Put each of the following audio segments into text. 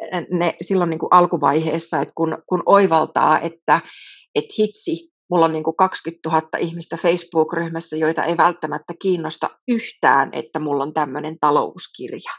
ne silloin niin kuin alkuvaiheessa, että kun oivaltaa, että hitsi, mulla on niin kuin 20 000 ihmistä Facebook-ryhmässä, joita ei välttämättä kiinnosta yhtään, että mulla on tämmöinen talouskirja.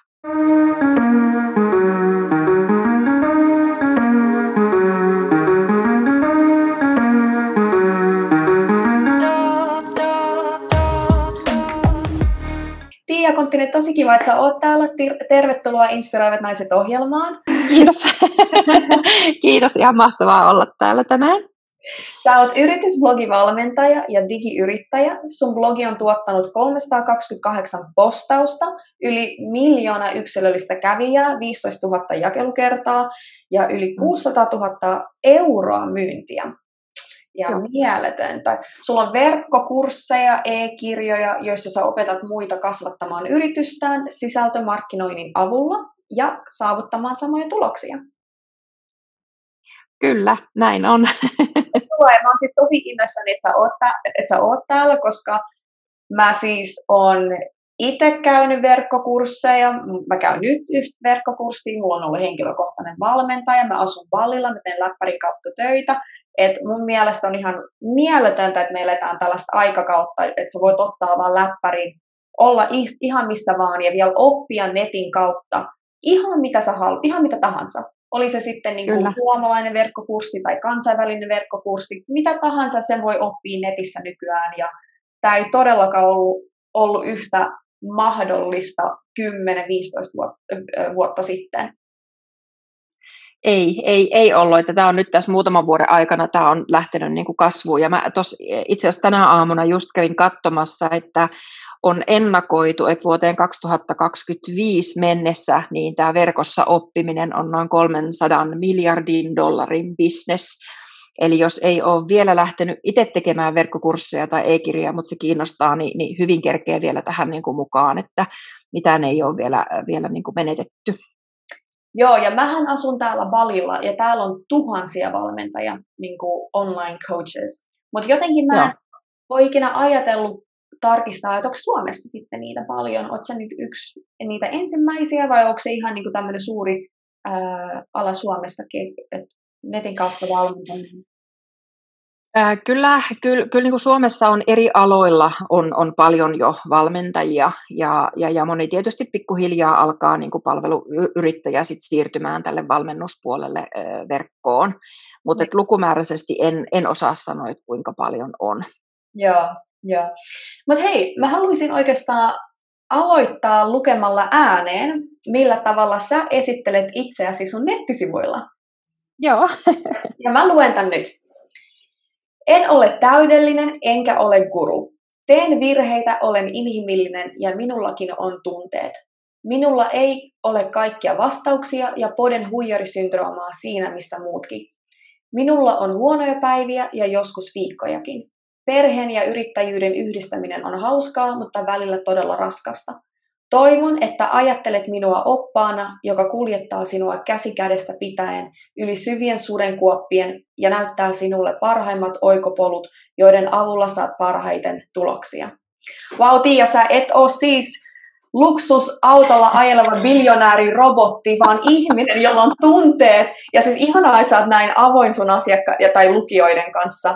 Tiia Konttinen, tosi kiva, että sä oot täällä. Tervetuloa Inspiroivat naiset -ohjelmaan. Kiitos. Kiitos, ihan mahtavaa olla täällä tänään. Sä oot yritysblogivalmentaja ja digiyrittäjä. Sun blogi on tuottanut 328 postausta, yli 1 miljoona yksilöllistä kävijää, 15 000 jakelukertaa ja yli 600 000 euroa myyntiä. Ja mieletöntä. Sulla on verkkokursseja, e-kirjoja, joissa sä opetat muita kasvattamaan yritystään sisältömarkkinoinnin avulla ja saavuttamaan samoja tuloksia. Kyllä, näin on. Mä oon sit tosi innoissani, että sä oot täällä, koska mä siis oon itse käynyt verkkokursseja. Mä käyn nyt yhtä verkkokurssia, mulla on ollut henkilökohtainen valmentaja, mä asun Vallilla, mä teen läppärin kautta töitä. Et mun mielestä on ihan mieletöntä, että me eletään tällaista aikakautta, että sä voit ottaa vaan läppärin, olla ihan missä vaan ja vielä oppia netin kautta ihan mitä sä haluat, ihan mitä tahansa. Oli se sitten niin kuin suomalainen verkkokurssi tai kansainvälinen verkkokurssi, mitä tahansa sen voi oppia netissä nykyään. Ja tämä ei todellakaan ollut yhtä mahdollista 10-15 vuotta sitten. Ei ollut, että tämä on nyt tässä muutaman vuoden aikana, tämä on lähtenyt niin kuin kasvuun. Ja mä itse asiassa tänä aamuna just kävin katsomassa, että on ennakoitu, että vuoteen 2025 mennessä niin tämä verkossa oppiminen on noin 300 miljardin dollarin business. Eli jos ei ole vielä lähtenyt itse tekemään verkkokursseja tai e-kirjoja, mutta se kiinnostaa, niin hyvin kerkee vielä tähän niin kuin mukaan, että mitään ei ole vielä niin kuin menetetty. Joo, ja mähän asun täällä Balilla, ja täällä on tuhansia valmentajia, niin kuin online coaches. Mutta jotenkin mä en ole ikinä ajatellut tarkistaa, että onko Suomessa sitten niitä paljon? Oletko sä nyt yksi niitä ensimmäisiä, vai onko se ihan niin kuin tämmöinen suuri ala Suomessakin, että netin kautta valmentaminen? Kyllä niin kuin Suomessa on eri aloilla on paljon jo valmentajia ja moni tietysti pikkuhiljaa alkaa niin kuin palveluyrittäjä sit siirtymään tälle valmennuspuolelle verkkoon, mutta lukumääräisesti en osaa sanoa, että kuinka paljon on. Joo. Mutta hei, mä haluaisin oikeastaan aloittaa lukemalla ääneen, millä tavalla sä esittelet itseäsi sun nettisivuilla. Joo. Ja mä luen tän nyt. En ole täydellinen, enkä ole guru. Teen virheitä, olen inhimillinen ja minullakin on tunteet. Minulla ei ole kaikkia vastauksia ja poden huijarisyndroomaa siinä, missä muutkin. Minulla on huonoja päiviä ja joskus viikkojakin. Perheen ja yrittäjyyden yhdistäminen on hauskaa, mutta välillä todella raskasta. Toivon, että ajattelet minua oppaana, joka kuljettaa sinua käsi kädestä pitäen yli syvien sudenkuoppien ja näyttää sinulle parhaimmat oikopolut, joiden avulla saat parhaiten tuloksia. Vau, Tiia, sä et ole siis luksusautolla ajeleva biljonääri robotti, vaan ihminen, jolla on tunteet. Ja siis ihanaa, että sä oot näin avoin sun tai lukijoiden kanssa.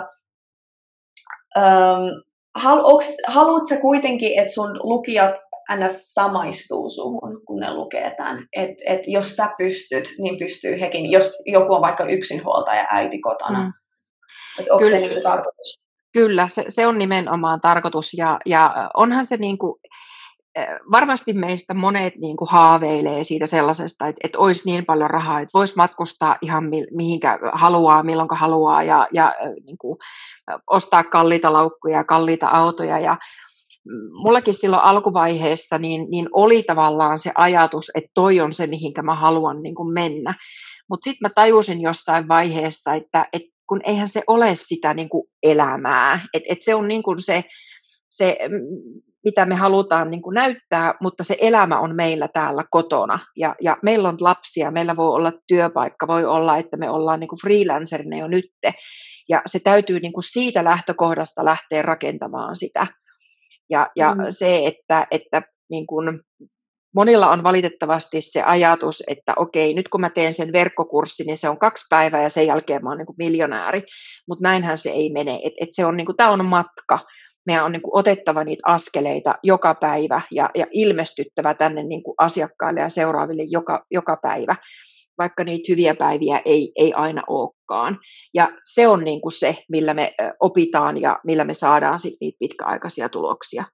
Haluatko sä kuitenkin, että sun lukijat ns. Samaistuu suhun, kun ne lukee tämän? Et jos sä pystyt, niin pystyy hekin, jos joku on vaikka yksinhuoltaja äiti kotona. Onko se niin tarkoitus? Kyllä, se on nimenomaan tarkoitus. Ja onhan se niin kuin, varmasti meistä monet niin kuin haaveilee siitä sellaisesta, että olisi niin paljon rahaa, että voisi matkustaa ihan mihinkä haluaa, milloinka haluaa ja niin kuin, ostaa kalliita laukkuja ja kalliita autoja. Ja mullakin silloin alkuvaiheessa niin oli tavallaan se ajatus, että toi on se, mihinkä mä haluan niin kuin mennä. Mutta sitten mä tajusin jossain vaiheessa, että kun eihän se ole sitä niin kuin elämää. Että se on niin kuin se, mitä me halutaan niin kuin näyttää, mutta se elämä on meillä täällä kotona. Ja meillä on lapsia, meillä voi olla työpaikka, voi olla, että me ollaan niin kuin freelancerina jo nytte. Ja se täytyy niin kuin siitä lähtökohdasta lähteä rakentamaan sitä. Ja se, että niin kuin monilla on valitettavasti se ajatus, että okei, nyt kun mä teen sen verkkokurssin, niin se on 2 päivää ja sen jälkeen mä oon niin kuin miljonääri, mutta näinhän se ei mene. Se on niin kuin, tämä on matka. Meidän on niin kuin otettava niitä askeleita joka päivä ja ilmestyttävä tänne niin kuin asiakkaille ja seuraaville joka päivä, vaikka niitä hyviä päiviä ei aina olekaan. Ja se on niin kuin se, millä me opitaan ja millä me saadaan sit niitä pitkäaikaisia tuloksia.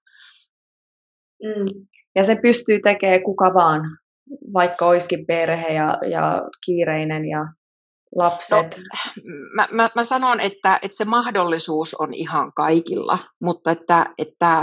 Ja se pystyy tekemään kuka vaan, vaikka olisikin perhe ja kiireinen ja lapset. No, mä sanon, että se mahdollisuus on ihan kaikilla, mutta että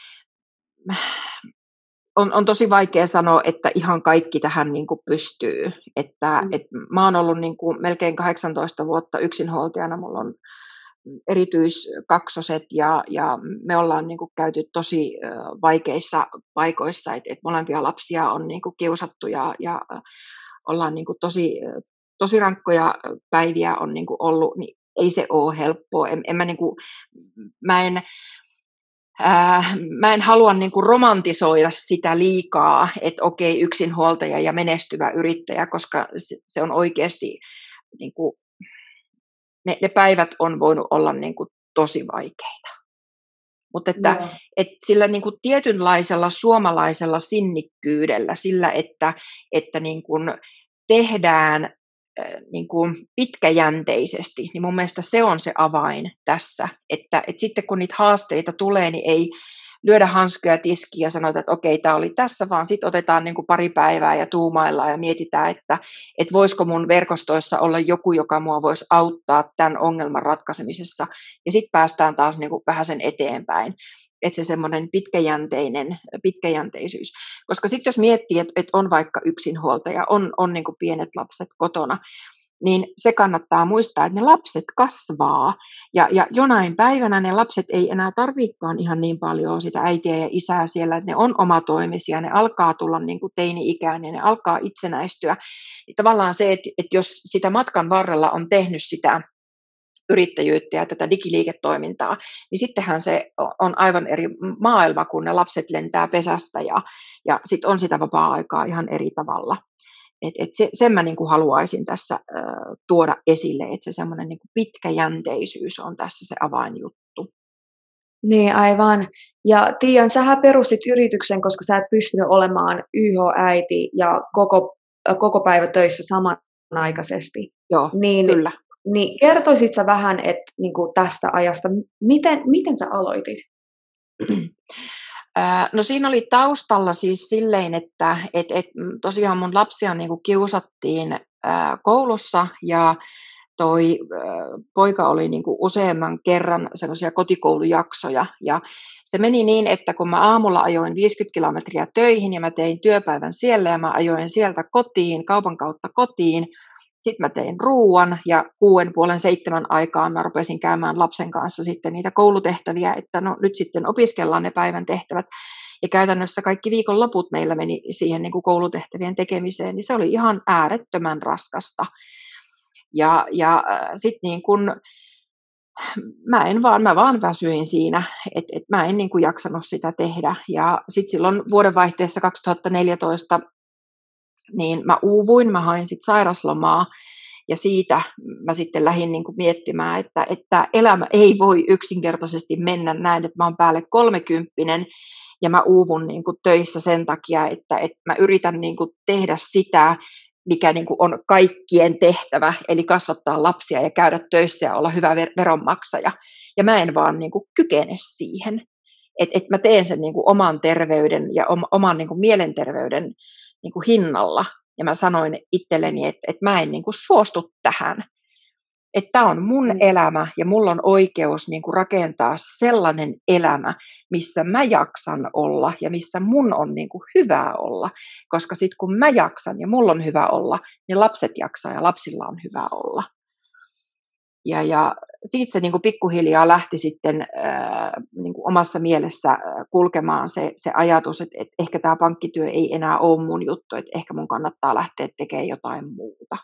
on tosi vaikea sanoa, että ihan kaikki tähän niin kuin pystyy. Että mä oon ollut niin kuin melkein 18 vuotta yksinhuoltajana, mulla on erityiskaksoset ja me ollaan niin kuin käyty tosi vaikeissa paikoissa, että molempia lapsia on niin kuin kiusattu ja ollaan niin kuin tosi rankkoja päiviä on niin kuin ollut, niin ei se ole helppoa. Mä en halua niin kuin romantisoida sitä liikaa, että okei, yksinhuoltaja ja menestyvä yrittäjä, koska se on oikeasti, niin kuin, ne päivät on voinut olla niin kuin tosi vaikeita. Mutta että sillä niin kuin tietynlaisella suomalaisella sinnikkyydellä, sillä että niin kuin tehdään niin kuin pitkäjänteisesti, niin mun mielestä se on se avain tässä, että sitten kun niitä haasteita tulee, niin ei lyödä hanskoja tiskiin ja sanota, että okei, tämä oli tässä, vaan sitten otetaan niin kuin pari päivää ja tuumaillaan ja mietitään, että voisiko mun verkostoissa olla joku, joka mua voisi auttaa tämän ongelman ratkaisemisessa, ja sitten päästään taas niin kuin vähän sen eteenpäin. Että se semmoinen pitkäjänteisyys. Koska sitten jos miettii, että on vaikka yksinhuoltaja, on niin kuin pienet lapset kotona, niin se kannattaa muistaa, että ne lapset kasvaa. Ja jonain päivänä ne lapset ei enää tarvitsekaan ihan niin paljon sitä äitiä ja isää siellä, että ne on omatoimisia, ne alkaa tulla niin kuin teini-ikään ja ne alkaa itsenäistyä. Ja tavallaan se, että jos sitä matkan varrella on tehnyt sitä yrittäjyyttä ja tätä digiliiketoimintaa, niin sittenhän se on aivan eri maailma, kun ne lapset lentää pesästä ja sitten on sitä vapaa-aikaa ihan eri tavalla. Sen mä niin kuin haluaisin tässä tuoda esille, että se semmoinen niin kuin pitkäjänteisyys on tässä se avainjuttu. Niin, aivan. Ja Tiian, sähän perustit yrityksen, koska sä et pystynyt olemaan YH-äiti ja koko päivä töissä samanaikaisesti. Joo, kyllä. Niin kertoisit sä vähän niin kuin tästä ajasta, miten sä aloitit? No siinä oli taustalla siis silleen, että tosiaan mun lapsia niin kuin kiusattiin koulussa ja toi poika oli niin kuin useamman kerran semmoisia kotikoulujaksoja ja se meni niin, että kun mä aamulla ajoin 50 kilometriä töihin ja mä tein työpäivän siellä ja mä ajoin sieltä kotiin, kaupan kautta kotiin, sitten mä tein ruuan ja 6:30-7 aikaan mä rupesin käymään lapsen kanssa sitten niitä koulutehtäviä, että no nyt sitten opiskellaan ne päivän tehtävät. Ja käytännössä kaikki viikonloput meillä meni siihen niin kuin koulutehtävien tekemiseen, niin se oli ihan äärettömän raskasta. Ja sitten niin kuin, mä vaan väsyin siinä, että mä en niin kuin jaksanut sitä tehdä. Ja sitten silloin vuodenvaihteessa 2014 niin mä uuvuin, mä hain sitten sairaslomaa ja siitä mä sitten lähdin niin kuin miettimään, että elämä ei voi yksinkertaisesti mennä näin, että mä oon päälle 30 ja mä uuvun niin kuin töissä sen takia, että mä yritän niin kuin tehdä sitä, mikä niin kuin on kaikkien tehtävä, eli kasvattaa lapsia ja käydä töissä ja olla hyvä veronmaksaja. Ja mä en vaan niin kuin kykene siihen. Että mä teen sen niin kuin oman terveyden ja oman niin kuin mielenterveyden niin kuin hinnalla. Ja mä sanoin itselleni, että mä en niin kuin suostu tähän. Että tämä on mun elämä ja mulla on oikeus niin kuin rakentaa sellainen elämä, missä mä jaksan olla ja missä mun on niin kuin hyvä olla. Koska sitten kun mä jaksan ja mulla on hyvä olla, niin lapset jaksaa ja lapsilla on hyvä olla. Ja siitä se niin kuin pikkuhiljaa lähti sitten niin kuin omassa mielessä kulkemaan se ajatus, että ehkä tämä pankkityö ei enää ole mun juttu, että ehkä mun kannattaa lähteä tekemään jotain muuta.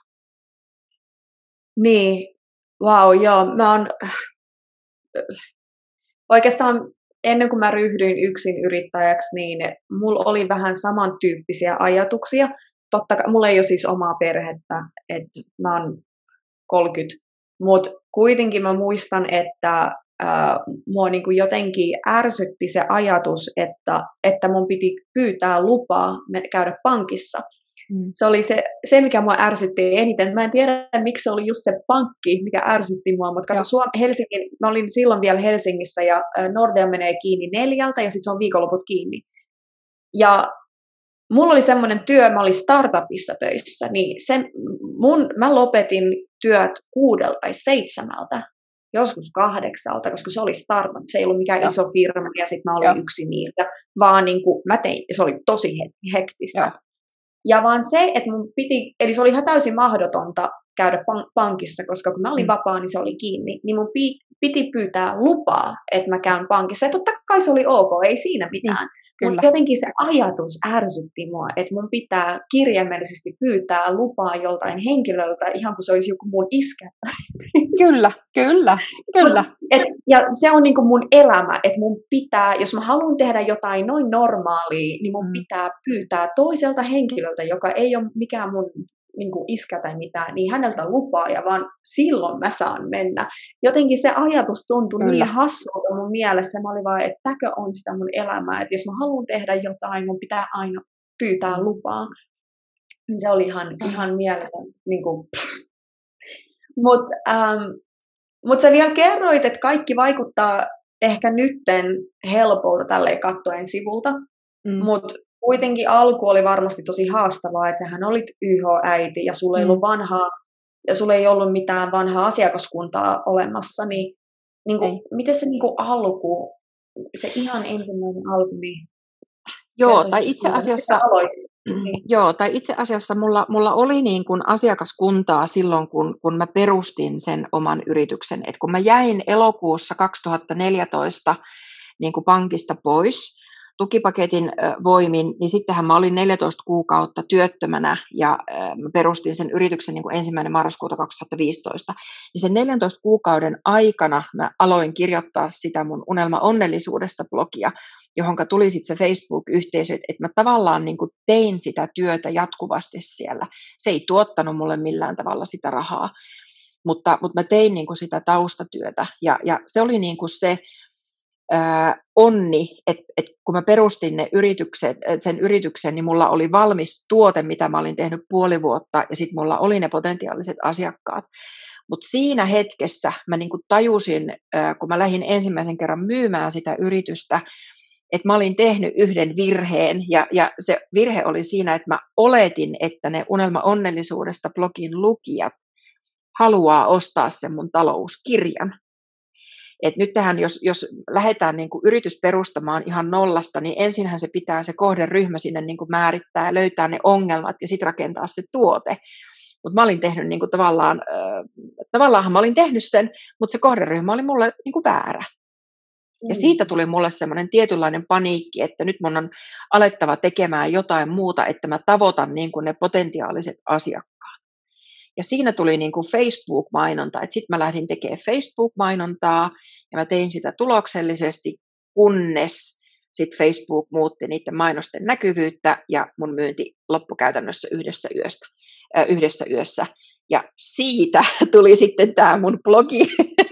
Niin, vau, joo, mä oon oikeastaan ennen kuin mä ryhdyin yksin yrittäjäksi, niin mulla oli vähän samantyyppisiä ajatuksia. Totta kai, mulla ei ole siis omaa perhettä, että mä oon 30, mutta kuitenkin mä muistan, että mua niin kuin jotenkin ärsytti se ajatus, että mun piti pyytää lupaa käydä pankissa. Se oli se, mikä mua ärsytti eniten. Mä en tiedä, miksi se oli just se pankki, mikä ärsytti mua, mutta kato, mä olin silloin vielä Helsingissä ja Nordea menee kiinni 4 ja sitten se on viikonloput kiinni. Ja mulla oli semmoinen työ, mä olin startupissa töissä, niin mä lopetin työt 6 tai 7, joskus 8, koska se oli startup, se ei ollut mikään iso firma ja sitten mä olin yksi niistä, vaan niin kuin mä tein, se oli tosi hektistä. Ja vaan se, että mun piti, eli se oli ihan täysin mahdotonta käydä pankissa, koska kun mä olin vapaa, niin se oli kiinni, niin mun piti pyytää lupaa, että mä käyn pankissa. Ja totta kai se oli ok, ei siinä mitään. Mutta jotenkin se ajatus ärsytti mua, että mun pitää kirjaimellisesti pyytää lupaa joltain henkilöltä, ihan kuin se olisi joku mun iskä. Kyllä. Ja se on niin kuin mun elämä, että mun pitää, jos mä haluan tehdä jotain noin normaalia, niin mun pitää pyytää toiselta henkilöltä, joka ei ole mikään mun niin kuin iskä tai mitään, niin häneltä lupaa ja vaan silloin mä saan mennä. Jotenkin se ajatus tuntui niin hassulta mun mielessä. Mä olin vaan, että täkö on sitä mun elämää, että jos mä haluan tehdä jotain, mun pitää aina pyytää lupaa. Se oli ihan mieletön. Niin Mutta sä vielä kerroit, että kaikki vaikuttaa ehkä nytten helpolta tälleen kattoen sivulta, mutta kuitenkin alku oli varmasti tosi haastavaa, että sähän olit YH-äiti ja sulla ei ollut sulla ei ollut mitään vanhaa asiakaskuntaa olemassa, niin miten se alku, se ihan ensimmäinen alku, niin tai itse asiassa mulla oli niin kuin asiakaskuntaa silloin, kun mä perustin sen oman yrityksen. Et kun mä jäin elokuussa 2014 niin kuin pankista pois tukipaketin voimin, niin sittenhän mä olin 14 kuukautta työttömänä ja mä perustin sen yrityksen niin kuin 1. marraskuuta 2015. Niin sen 14 kuukauden aikana mä aloin kirjoittaa sitä mun Unelma onnellisuudesta blogia, johonka tuli sitten se Facebook-yhteisö, että mä tavallaan niin kuin tein sitä työtä jatkuvasti siellä. Se ei tuottanut mulle millään tavalla sitä rahaa, mutta mä tein niin kuin sitä taustatyötä ja se oli niin kuin se onni, että kun mä perustin sen yrityksen, niin mulla oli valmis tuote, mitä mä olin tehnyt puoli vuotta ja sitten mulla oli ne potentiaaliset asiakkaat. Mutta siinä hetkessä mä niin kuin tajusin, kun mä lähdin ensimmäisen kerran myymään sitä yritystä, että mä olin tehnyt yhden virheen, ja se virhe oli siinä, että mä oletin, että ne Unelma onnellisuudesta blogin lukijat haluaa ostaa sen mun talouskirjan. Et nyt tähän, jos lähdetään niin kuin yritys perustamaan ihan nollasta, niin ensinhän se pitää se kohderyhmä sinne niin kuin määrittää ja löytää ne ongelmat ja sitten rakentaa se tuote. Mutta mä olin tehnyt niin kuin tavallaanhan mä olin tehnyt sen, mutta se kohderyhmä oli mulle niin kuin väärä. Ja siitä tuli mulle semmoinen tietynlainen paniikki, että nyt mun on alettava tekemään jotain muuta, että mä tavoitan niin kuin ne potentiaaliset asiakkaat. Ja siinä tuli niin kuin Facebook-mainonta, että sitten mä lähdin tekemään Facebook-mainontaa ja mä tein sitä tuloksellisesti, kunnes sitten Facebook muutti niiden mainosten näkyvyyttä ja mun myynti loppui käytännössä yhdessä yössä. Ja siitä tuli sitten tämä mun blogi.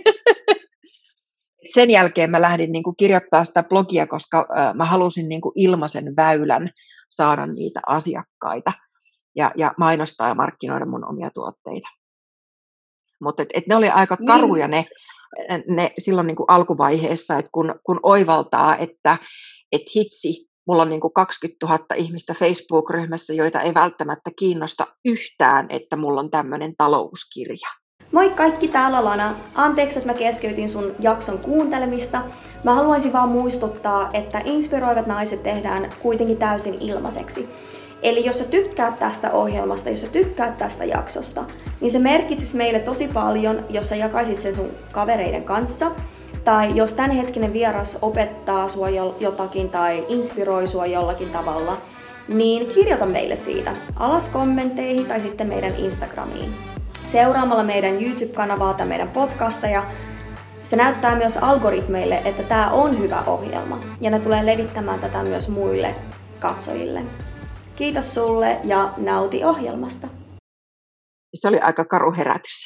Sen jälkeen mä lähdin niin kuin kirjoittaa sitä blogia, koska mä halusin niin kuin ilmaisen väylän saada niitä asiakkaita ja mainostaa ja markkinoida mun omia tuotteita. Mutta ne oli aika karuja ne silloin niin kuin alkuvaiheessa, että kun oivaltaa, että hitsi, mulla on niin kuin 20 000 ihmistä Facebook-ryhmässä, joita ei välttämättä kiinnosta yhtään, että mulla on tämmöinen talouskirja. Moi kaikki, täällä Lana. Anteeksi, että mä keskeytin sun jakson kuuntelemista. Mä haluaisin vaan muistuttaa, että Inspiroivat naiset tehdään kuitenkin täysin ilmaiseksi. Eli jos sä tykkäät tästä ohjelmasta, jos sä tykkäät tästä jaksosta, niin se merkitsisi meille tosi paljon, jos sä jakaisit sen sun kavereiden kanssa. Tai jos tämänhetkinen vieras opettaa sua jotakin tai inspiroi sua jollakin tavalla, niin kirjoita meille siitä alas kommentteihin tai sitten meidän Instagramiin. Seuraamalla meidän YouTube-kanavaa tai meidän podcasteja Se näyttää myös algoritmeille, että tämä on hyvä ohjelma ja ne tulee levittämään tätä myös muille katsojille. Kiitos sulle ja nauti ohjelmasta. Se oli aika karu herätys.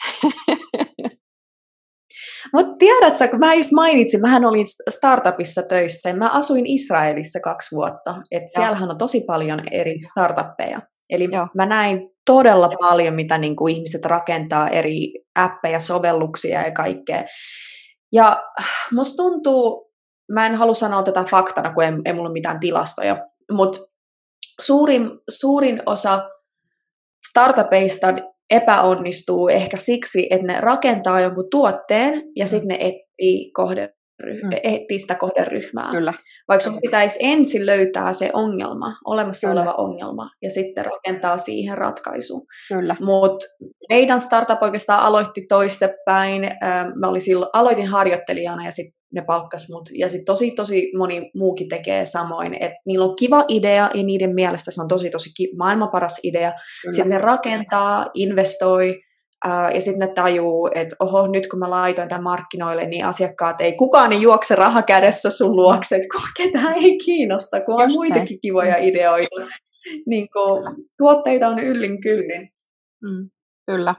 Mutta tiedätkö, kun mä just mainitsin, mähän olin startupissa töissä ja mä asuin Israelissa 2 vuotta. Että siellähän on tosi paljon eri startuppeja. Eli mä näin todella paljon, mitä niinku ihmiset rakentaa, eri appeja, sovelluksia ja kaikkea. Ja musta tuntuu, mä en halua sanoa tätä faktana, kun ei mulla ole mitään tilastoja, mutta suurin osa startupeista epäonnistuu ehkä siksi, että ne rakentaa jonkun tuotteen ja sitten ne etsii sitä kohderyhmää. Kyllä. Vaikka sun pitäisi ensin löytää se ongelma, olemassa oleva ongelma, ja sitten rakentaa siihen ratkaisu. Mutta meidän startup oikeastaan aloitti toistepäin. Aloitin harjoittelijana ja sitten ne palkkas mut. Ja sitten tosi moni muukin tekee samoin. Et niillä on kiva idea ja niiden mielestä se on tosi maailman paras idea. Sitten ne rakentaa, investoi. Ja sitten ne tajuu, että nyt kun mä laitoin tämän markkinoille, niin asiakkaat kukaan ei juokse raha kädessä sun luokse, että ketään ei kiinnosta, kun on muitakin kivoja ideoita. Niin kun, tuotteita on yllin kyllin. Kyllä.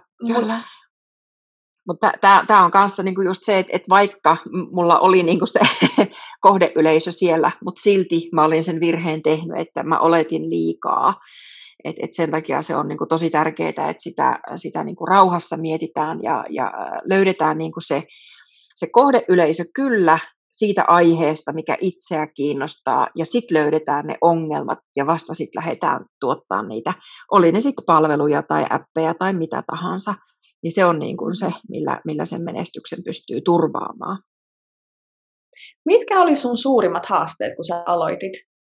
Mutta tämä on kanssa niinku just se, että vaikka mulla oli niinku se kohdeyleisö siellä, mutta silti mä olin sen virheen tehnyt, että mä oletin liikaa. Et sen takia se on niinku tosi tärkeää, että sitä niinku rauhassa mietitään ja löydetään niinku se kohdeyleisö kyllä siitä aiheesta, mikä itseä kiinnostaa, ja sitten löydetään ne ongelmat, ja vasta sitten lähdetään tuottaa niitä, oli ne sitten palveluja tai appeja tai mitä tahansa, niin se on niinku se, millä sen menestyksen pystyy turvaamaan. Mitkä oli sun suurimmat haasteet, kun sä aloitit?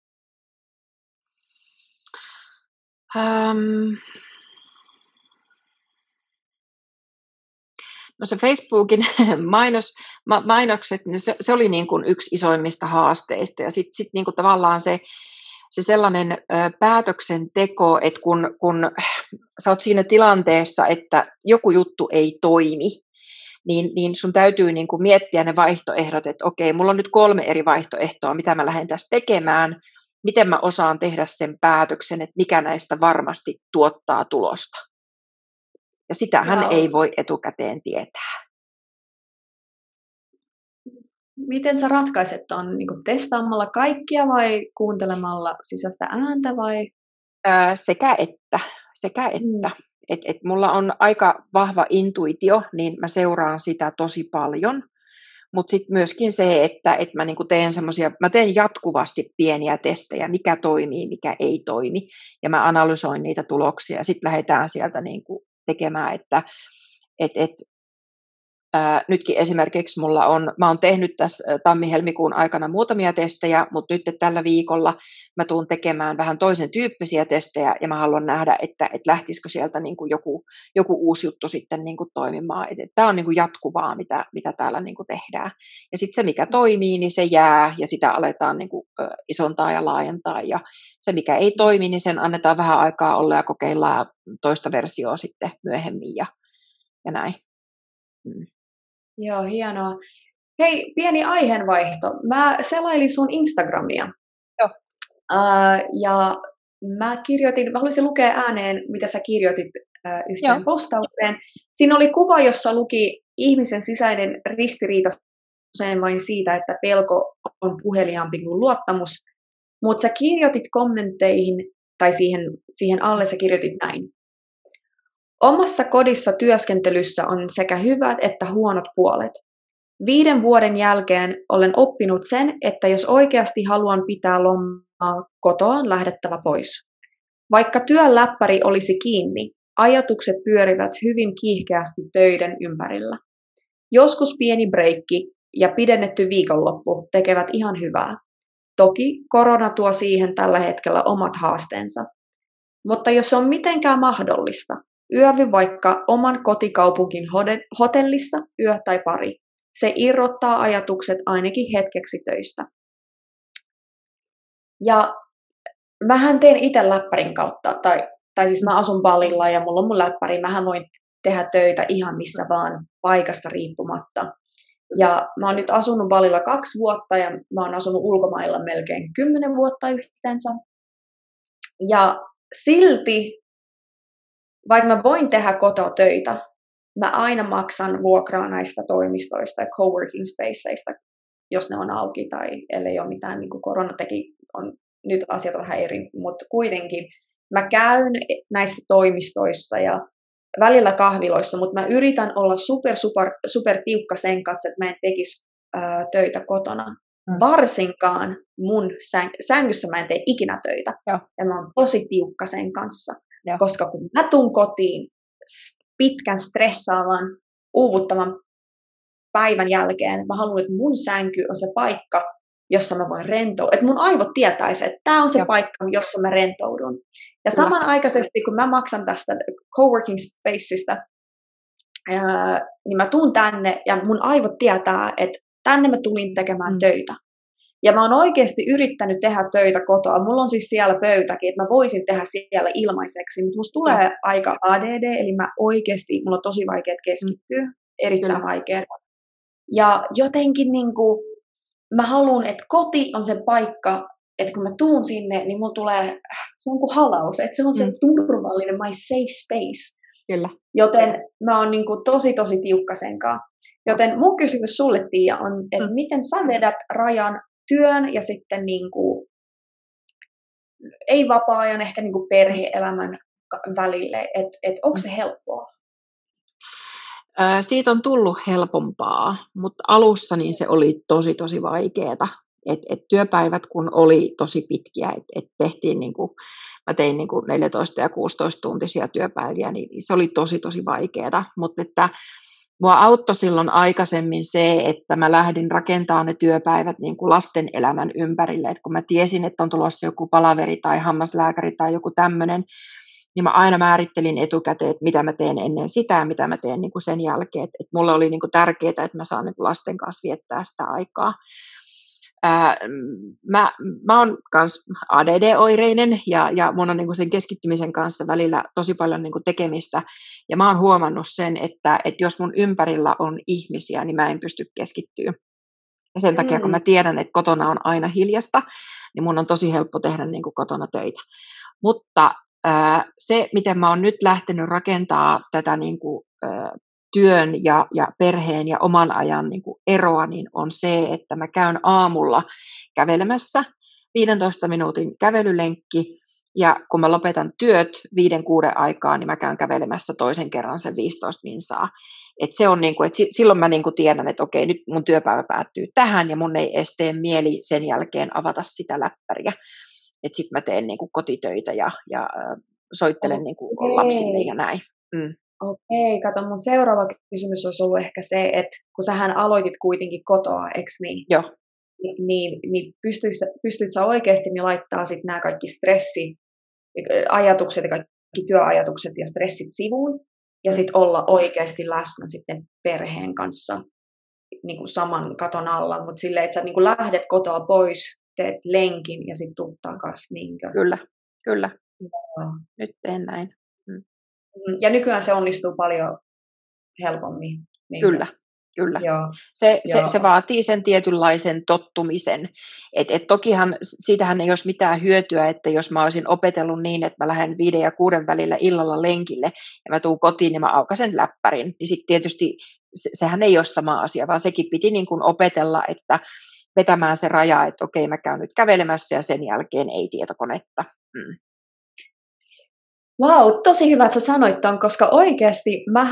No se Facebookin mainokset, niin se oli niin kuin yksi isoimmista haasteista. Ja sitten niin kuin tavallaan se sellainen päätöksenteko, että kun sä oot siinä tilanteessa, että joku juttu ei toimi, niin sun täytyy niin kuin miettiä ne vaihtoehdot, että okei, mulla on nyt 3 eri vaihtoehtoa, mitä mä lähden tässä tekemään, miten mä osaan tehdä sen päätöksen, että mikä näistä varmasti tuottaa tulosta. Ja sitähän ei voi etukäteen tietää. Miten sä ratkaiset ton? Niin kuin testaamalla kaikkia vai kuuntelemalla sisäistä ääntä? Vai? Sekä että. Et mulla on aika vahva intuitio, niin mä seuraan sitä tosi paljon. Mutta sitten myöskin se, että mä niinku teen jatkuvasti pieniä testejä, mikä toimii, mikä ei toimi. Ja mä analysoin niitä tuloksia ja sitten lähdetään sieltä niinku tekemään, että nytkin esimerkiksi mä oon tehnyt tässä tammi-helmikuun aikana muutamia testejä, mutta nyt tällä viikolla mä tuun tekemään vähän toisen tyyppisiä testejä ja mä haluan nähdä, että lähtisikö sieltä niin kuin joku uusi juttu sitten niin kuin toimimaan. Tämä on niin kuin jatkuvaa, mitä täällä niin kuin tehdään. Ja sitten se, mikä toimii, niin se jää ja sitä aletaan niin kuin isontaa ja laajentaa. Ja se, mikä ei toimi, niin sen annetaan vähän aikaa olla ja kokeillaan toista versioa sitten myöhemmin ja näin. Joo, hienoa. Hei, pieni aiheenvaihto. Mä selailin sun Instagramia. Joo. Ja mä haluaisin lukea ääneen, mitä sä kirjoitit yhteen postaukseen. Siinä oli kuva, jossa luki ihmisen sisäinen ristiriita usein vain siitä, että pelko on puheliaampi kuin luottamus. Mutta sä kirjoitit kommentteihin, tai siihen alle sä kirjoitit näin. Omassa kodissa työskentelyssä on sekä hyvät että huonot puolet. 5 vuoden jälkeen olen oppinut sen, että jos oikeasti haluan pitää lomaa kotoa, on lähdettävä pois. Vaikka työn läppäri olisi kiinni, ajatukset pyörivät hyvin kiihkeästi töiden ympärillä. Joskus pieni breikki ja pidennetty viikonloppu tekevät ihan hyvää. Toki korona tuo siihen tällä hetkellä omat haasteensa. Mutta jos on mitenkään mahdollista, yövy vaikka oman kotikaupunkin hotellissa yö tai pari. Se irrottaa ajatukset ainakin hetkeksi töistä. Ja mähän teen itse läppärin kautta, tai siis mä asun Balilla ja mulla on mun läppäri. Mähän voin tehdä töitä ihan missä vaan paikasta riippumatta. Ja mä oon nyt asunut Balilla 2 vuotta ja mä oon asunut ulkomailla melkein 10 vuotta yhteensä. Ja silti, vaikka mä voin tehdä kotoa töitä, mä aina maksan vuokraa näistä toimistoista ja coworking spaceista, jos ne on auki tai ellei ole mitään, niin kuin korona teki, on nyt asiat vähän eri, mutta kuitenkin mä käyn näissä toimistoissa ja välillä kahviloissa, mutta mä yritän olla super tiukka sen kanssa, että mä en tekisi töitä kotona. Varsinkaan mun sängyssä mä en tee ikinä töitä. Joo. Ja mä oon tosi tiukka sen kanssa. Joo. Koska kun mä tuun kotiin pitkän stressaavan, uuvuttavan päivän jälkeen, mä haluan, että mun sänky on se paikka, jossa mä voin rentoutua. Että mun aivot tietäisi, että tää on se paikka, jossa mä rentoudun. Ja samanaikaisesti, kun mä maksan tästä coworking spacesta, niin mä tuun tänne ja mun aivot tietää, että tänne mä tulin tekemään töitä. Ja mä oon oikeasti yrittänyt tehdä töitä kotoa. Mulla on siis siellä pöytäkin, että mä voisin tehdä siellä ilmaiseksi. Mutta musta tulee aika ADD, eli mä oikeasti, mulla on tosi vaikea keskittyä. Erittäin vaikea. Ja jotenkin niinku, mä haluan, että koti on se paikka, että kun mä tuun sinne, niin mulla tulee, se on kuin halaus, että se on se turvallinen, my safe space. Kyllä. Joten mä oon niinku tosi tiukka senkaan. Joten mun kysymys sulle, Tiia, on, että miten sä vedät rajan työn ja sitten niinku, ei vapaa-ajan, ehkä niinku perhe-elämän välille, että onko se helppoa? Siitä on tullut helpompaa, mutta alussa niin se oli tosi vaikeeta. Et työpäivät kun oli tosi pitkiä, et tehtiin niinku, mä tein niinku 14 ja 16 tuntisia työpäiviä, niin se oli tosi vaikeeta. Mutta että mua auttoi silloin aikaisemmin se, että mä lähdin rakentamaan ne työpäivät niin kuin lasten elämän ympärille. Et kun mä tiesin, että on tulossa joku palaveri tai hammaslääkäri tai joku tämmöinen, niin mä aina määrittelin etukäteen, että mitä mä teen ennen sitä ja mitä mä teen niin kuin sen jälkeen. Et mulle oli niin kuin tärkeää, että mä saan niin kuin lasten kanssa viettää sitä aikaa. Mä oon myös ADD-oireinen ja mun on niin kuin sen keskittymisen kanssa välillä tosi paljon niin kuin tekemistä. Ja mä oon huomannut sen, että jos mun ympärillä on ihmisiä, niin mä en pysty keskittyä. Ja sen takia, kun mä tiedän, että kotona on aina hiljasta, niin mun on tosi helppo tehdä niin kuin kotona töitä. Mutta se, miten mä oon nyt lähtenyt rakentaa tätä niin kuin, työn ja perheen ja oman ajan niin kuin eroa, niin on se, että mä käyn aamulla kävelemässä 15 minuutin kävelylenkki, ja kun mä lopetan työt 5-6 aikaa, niin mä käyn kävelemässä toisen kerran sen 15 minsaa. Et se on niin kuin, että silloin mä niin kuin tiedän, että okei, nyt mun työpäivä päättyy tähän, ja mun ei edes tee mieli sen jälkeen avata sitä läppäriä. Että sitten mä teen niin kuin kotitöitä ja soittelen niin kuin lapsille ja näin. Okei, kato, mun seuraava kysymys olisi ollut ehkä se, että kun sähän aloitit kuitenkin kotoa, eikö niin? Joo. Niin pystyit sä oikeasti niin laittaa sitten nämä kaikki stressiajatukset ja kaikki työajatukset ja stressit sivuun ja sitten olla oikeasti läsnä sitten perheen kanssa niin kuin saman katon alla, mutta silleen, että sä niin kuin lähdet kotoa pois, teet lenkin ja sitten tuut takaisin. Niinkö? Kyllä. Nyt teen näin. Ja nykyään se onnistuu paljon helpommin. Niinkö? Kyllä. Se vaatii sen tietynlaisen tottumisen. Et tokihan siitähän ei olisi mitään hyötyä, että jos mä olisin opetellut niin, että mä lähden 5 ja 6 välillä illalla lenkille ja mä tuun kotiin ja mä aukaisen läppärin, niin sitten tietysti sehän ei ole sama asia, vaan sekin piti niin kuin opetella, että vetämään se raja, että okei, mä käyn nyt kävelemässä ja sen jälkeen ei tietokonetta. Vau, tosi hyvä, että sä sanoit ton, koska oikeasti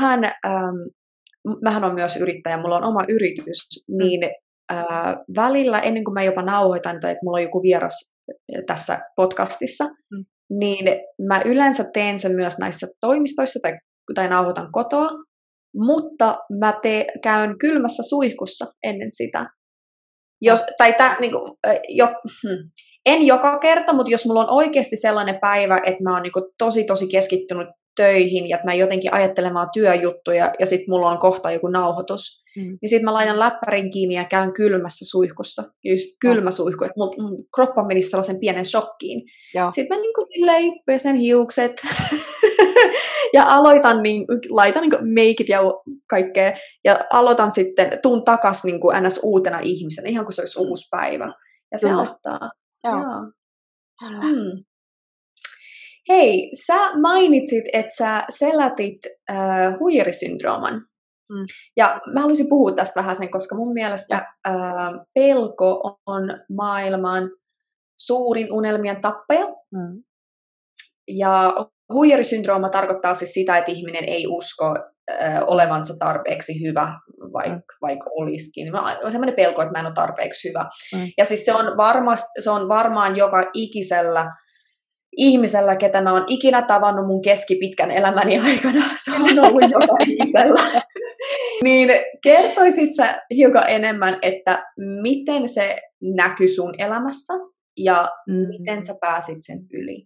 mähän on myös yrittäjä, mulla on oma yritys, niin välillä ennen kuin mä jopa nauhoitan tai että mulla on joku vieras tässä podcastissa, niin mä yleensä teen sen myös näissä toimistoissa tai nauhoitan kotoa, mutta mä käyn kylmässä suihkussa ennen sitä. En joka kerta, mutta jos mulla on oikeasti sellainen päivä, että mä oon niinku tosi keskittynyt töihin ja että mä jotenkin ajattelen vaan työjuttuja ja sitten mulla on kohta joku nauhoitus, niin sitten mä laitan läppärin kiinni ja käyn kylmässä suihkussa. Just kylmä suihku, että mun kroppa menisi sellaisen pienen shokkiin. Sitten mä niinku silleen pesen hiukset ja laitan niinku meikit ja kaikkea ja aloitan sitten, tuun takas niinku ns. Uutena ihmisenä, ihan kuin se olisi uusi päivä. Ja se auttaa. Joo. Hei, sä mainitsit, että sä selätit huijarisyndrooman. Ja mä haluaisin puhua tästä vähän sen, koska mun mielestä pelko on maailman suurin unelmien tappaja. Ja huijarisyndrooma tarkoittaa siis sitä, että ihminen ei usko olevansa tarpeeksi hyvä, vaikka olisikin. On semmoinen pelko, että mä en ole tarpeeksi hyvä. Ja siis se on varmaan joka ikisellä ihmisellä, ketä mä oon ikinä tavannut mun keskipitkän elämäni aikana. Se on ollut joka ikisellä. Niin kertoisit sä hiukan enemmän, että miten se näkyi sun elämässä ja miten sä pääsit sen yli?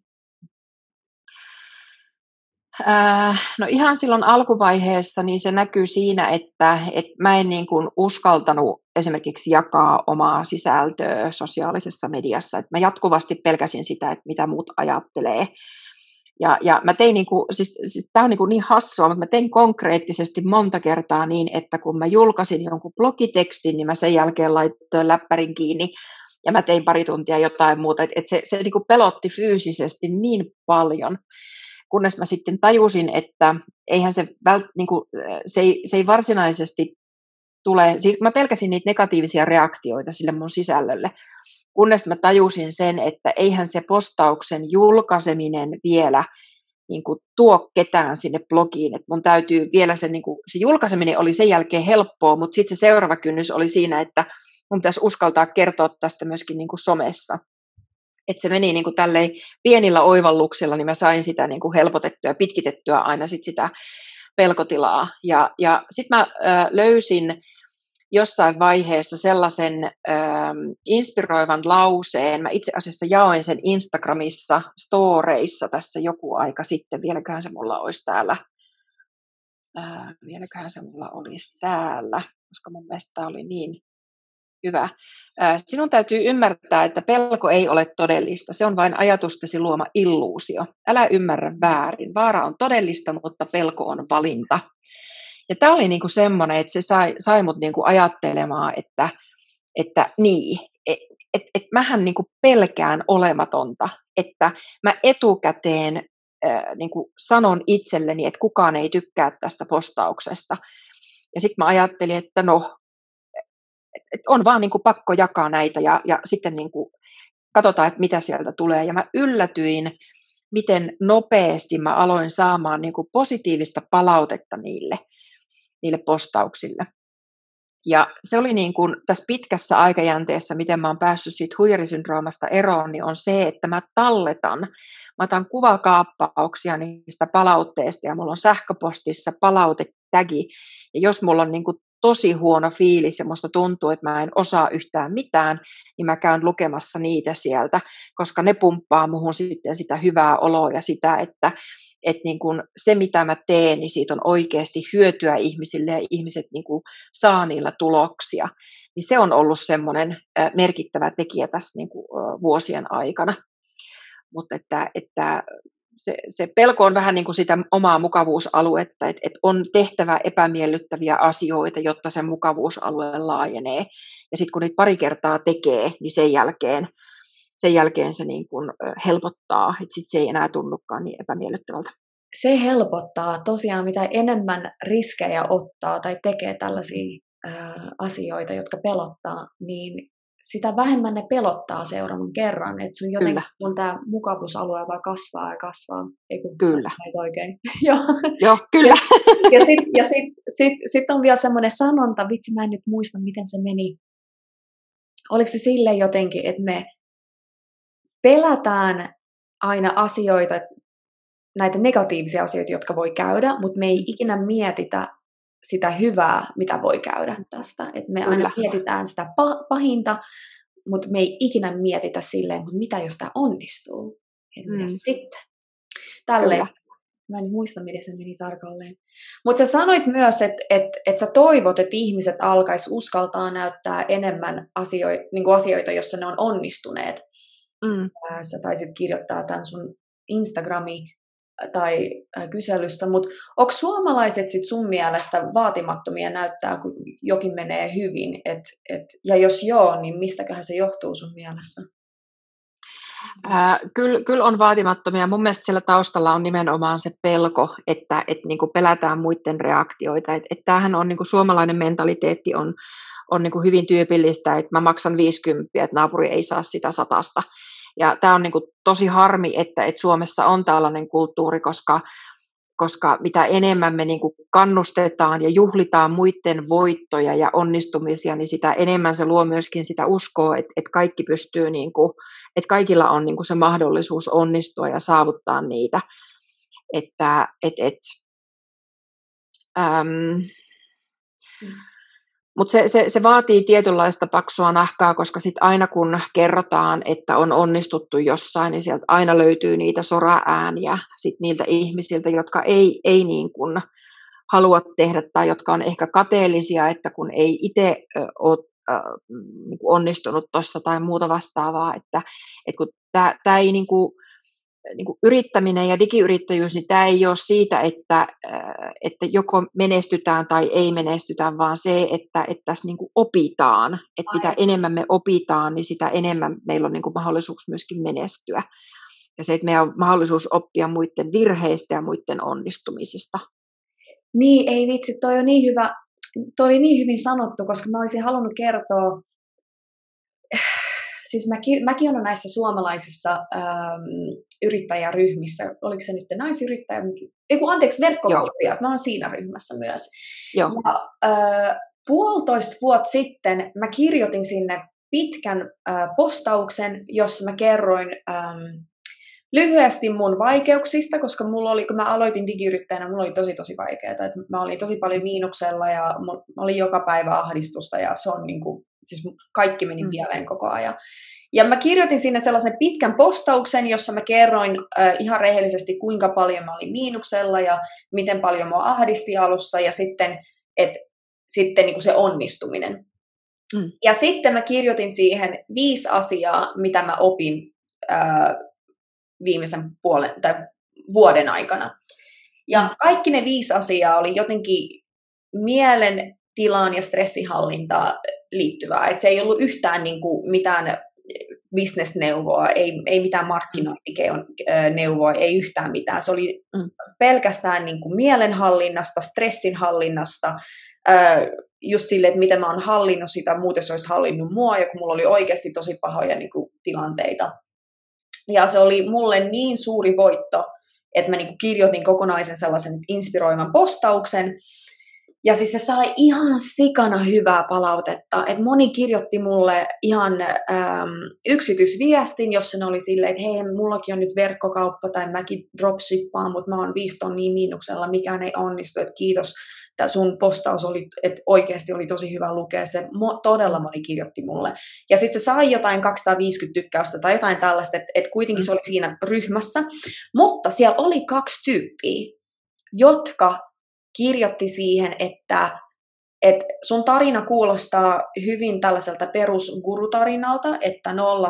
No ihan silloin alkuvaiheessa niin se näkyy siinä, että mä en niin kuin uskaltanut esimerkiksi jakaa omaa sisältöä sosiaalisessa mediassa. Että mä jatkuvasti pelkäsin sitä, että mitä muut ajattelee. Ja mä tein, siis tää on niin hassua, mutta mä tein konkreettisesti monta kertaa niin, että kun mä julkaisin jonkun blogitekstin, niin mä sen jälkeen laitoin läppärin kiinni ja mä tein pari tuntia jotain muuta. Että se niin kuin pelotti fyysisesti niin paljon. Kunnes mä sitten tajusin, että eihän se ei varsinaisesti tule, siis mä pelkäsin niitä negatiivisia reaktioita sille mun sisällölle, kunnes mä tajusin sen, että eihän se postauksen julkaiseminen vielä niin kuin tuo ketään sinne blogiin, että mun täytyy vielä se julkaiseminen oli sen jälkeen helppoa, mutta sitten se seuraava kynnys oli siinä, että mun pitäisi uskaltaa kertoa tästä myöskin niin kuin somessa. Että se meni niin kuin tälleen pienillä oivalluksilla, niin mä sain sitä niin kuin helpotettua ja pitkitettyä aina sitä pelkotilaa. Ja sitten mä löysin jossain vaiheessa sellaisen inspiroivan lauseen. Mä itse asiassa jaoin sen Instagramissa, storeissa tässä joku aika sitten. Vieläköhän se mulla olisi täällä, koska mun mielestä tämä oli niin hyvä. Sinun täytyy ymmärtää, että pelko ei ole todellista. Se on vain ajatustesi luoma illuusio. Älä ymmärrä väärin. Vaara on todellista, mutta pelko on valinta. Ja tämä oli niinku semmoinen, että se sai mut niinku ajattelemaan, että niin, että mähän niinku pelkään olematonta. Että mä etukäteen niinku sanon itselleni, että kukaan ei tykkää tästä postauksesta. Ja sitten mä ajattelin, että no, on vaan niin kuin pakko jakaa näitä ja sitten niin kuin katsotaan, että mitä sieltä tulee. Ja mä yllätyin, miten nopeasti mä aloin saamaan niin kuin positiivista palautetta niille postauksille. Ja se oli niin kuin tässä pitkässä aikajänteessä, miten mä oon päässyt siitä huijarisyndroomasta eroon, niin on se, että mä otan kuvakaappauksia niistä palautteista ja mulla on sähköpostissa palautetagi. Ja jos mulla on niin kuin tosi huono fiilis ja musta tuntuu, että mä en osaa yhtään mitään, niin mä käyn lukemassa niitä sieltä, koska ne pumppaa muhun sitten sitä hyvää oloa ja sitä, että niin kun se mitä mä teen, niin siitä on oikeasti hyötyä ihmisille ja ihmiset niin kun saa niillä tuloksia. Niin se on ollut semmoinen merkittävä tekijä tässä niin kun vuosien aikana. Mutta että se pelko on vähän niin kuin sitä omaa mukavuusaluetta, että on tehtävä epämiellyttäviä asioita, jotta se mukavuusalue laajenee. Ja sitten kun niitä pari kertaa tekee, niin sen jälkeen se niin kuin helpottaa, että sitten se ei enää tunnukaan niin epämiellyttävältä. Se helpottaa tosiaan, mitä enemmän riskejä ottaa tai tekee tällaisia asioita, jotka pelottaa, niin sitä vähemmän ne pelottaa seuraavan kerran, että sun jotenkin on tämä mukavuusalue vaan kasvaa ja kasvaa. Ei kun kyllä. Oikein. Joo, kyllä. Ja sit on vielä semmoinen sanonta, vitsi mä en nyt muista miten se meni. Oliko se silleen jotenkin, että me pelätään aina asioita, näitä negatiivisia asioita, jotka voi käydä, mutta me ei ikinä mietitä sitä hyvää, mitä voi käydä tästä. Et me aina mietitään sitä pahinta, mutta me ei ikinä mietitä silleen, mutta mitä jos tämä onnistuu? Mitä sitten? Tälleen. Mä en muista, miten se meni tarkalleen. Mutta sä sanoit myös, että sä toivot, että ihmiset alkaisi uskaltaa näyttää enemmän asioita, jossa ne on onnistuneet. Sä taisit kirjoittaa tämän sun Instagrami tai kyselystä, mutta onko suomalaiset sit sun mielestä vaatimattomia näyttää, kun jokin menee hyvin? Ja jos joo, niin mistäköhän se johtuu sun mielestä? Kyllä on vaatimattomia. Mun mielestä siellä taustalla on nimenomaan se pelko, että niin kuin pelätään muiden reaktioita. Tämähän on niin kuin suomalainen mentaliteetti on niin kuin hyvin tyypillistä, että mä maksan 50, että naapuri ei saa sitä 100. Ja tämä on niin kuin tosi harmi, että Suomessa on tällainen kulttuuri, koska mitä enemmän me niin kuin kannustetaan ja juhlitaan muiden voittoja ja onnistumisia, niin sitä enemmän se luo myöskin sitä uskoa, että kaikki pystyy, niin kuin, että kaikilla on niin kuin se mahdollisuus onnistua ja saavuttaa niitä. Mutta se vaatii tietynlaista paksua nahkaa, koska sit aina kun kerrotaan, että on onnistuttu jossain, niin sieltä aina löytyy niitä soraääniä sit niiltä ihmisiltä, jotka ei niin kuin halua tehdä tai jotka on ehkä kateellisia, että kun ei itse ole niin kuin onnistunut tuossa tai muuta vastaavaa, että kun tämä ei niin kuin yrittäminen ja digiyrittäjyys, niin tämä ei ole siitä, että joko menestytään tai ei menestytä, vaan se, että tässä niin kuin opitaan. Että mitä enemmän me opitaan, niin sitä enemmän meillä on niin kuin mahdollisuus myöskin menestyä. Ja se, että meillä on mahdollisuus oppia muiden virheistä ja muiden onnistumisista. Niin, ei vitsi, toi on niin hyvä. Toi oli niin hyvin sanottu, koska mä olisin halunnut kertoa, siis mäkin olen näissä suomalaisissa yrittäjäryhmissä, oliko se nyt naisyrittäjä, verkkokauppiaat, mä oon siinä ryhmässä myös. Joo. Ja 1,5 vuotta sitten mä kirjoitin sinne pitkän postauksen, jossa mä kerroin lyhyesti mun vaikeuksista, koska kun mä aloitin digiyrittäjänä, mulla oli tosi vaikeaa, että mä olin tosi paljon miinuksella ja mä olin joka päivä ahdistusta ja se on niinku, siis kaikki meni pieleen koko ajan. Ja mä kirjoitin sinne sellaisen pitkän postauksen, jossa mä kerroin ihan rehellisesti, kuinka paljon mä olin miinuksella ja miten paljon mua ahdisti alussa ja sitten niin kuin se onnistuminen. Ja sitten mä kirjoitin siihen 5 asiaa, mitä mä opin viimeisen vuoden aikana. Ja kaikki ne 5 asiaa oli jotenkin mielentilaan ja stressinhallintaan liittyvää. Et se ei ollut yhtään niin kuin mitään business-neuvoa, ei mitään markkinointineuvoa, ei yhtään mitään. Se oli pelkästään niin kuin mielenhallinnasta, stressinhallinnasta, just sille, että miten mä oon hallinnut sitä, muuten se olisi hallinnut mua, ja kun mulla oli oikeasti tosi pahoja niin kuin tilanteita. Ja se oli mulle niin suuri voitto, että mä niin kuin kirjoitin kokonaisen sellaisen inspiroivan postauksen, ja siis se sai ihan sikana hyvää palautetta, että moni kirjoitti mulle ihan yksityisviestin, jossa ne oli silleen, että hei, mullakin on nyt verkkokauppa tai mäkin dropshippaan, mutta mä oon 5 tonnia miinuksella, mikään ei onnistu, että kiitos, tämä sun postaus oli, että oikeasti oli tosi hyvä lukea, se todella moni kirjoitti mulle. Ja sitten se sai jotain 250 tykkäystä tai jotain tällaista, että kuitenkin se oli siinä ryhmässä, mutta siellä oli 2 tyyppiä, jotka kirjoitti siihen, että sun tarina kuulostaa hyvin tällaiselta perusgurutarinalta, että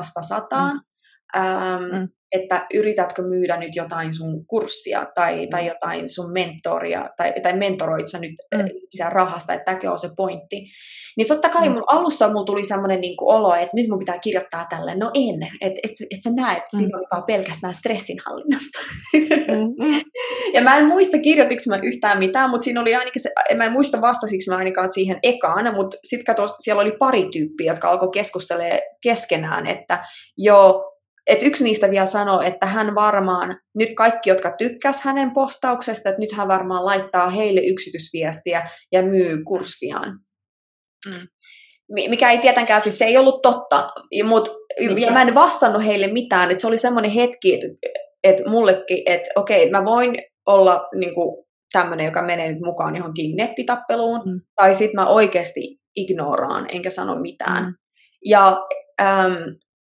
0–100, että yritätkö myydä nyt jotain sun kurssia tai jotain sun mentoria, tai mentoroit sä nyt lisää rahasta, että tämäkin on se pointti. Niin totta kai alussa mulla tuli semmoinen niinku olo, että nyt mun pitää kirjoittaa tälle. No en, et sä näe, että siinä oli vaan pelkästään stressinhallinnasta. Ja mä en muista, kirjoitinko mä yhtään mitään, mutta siinä oli ainakin se, mä en muista vastasinko mä ainakaan siihen ekaan, mutta sitten kato, siellä oli pari tyyppiä, jotka alkoi keskustelemaan keskenään, että joo, että yksi niistä vielä sanoi, että hän varmaan, nyt kaikki, jotka tykkäs hänen postauksesta, että nyt hän varmaan laittaa heille yksityisviestiä ja myy kurssiaan. Mikä ei tietenkään, siis se ei ollut totta, ja mä en vastannut heille mitään, että se oli semmoinen hetki, että mullekin, että okei, mä voin olla niinku tämmöinen, joka menee nyt mukaan johonkin nettitappeluun, tai sitten mä oikeasti ignoraan, enkä sano mitään. Ja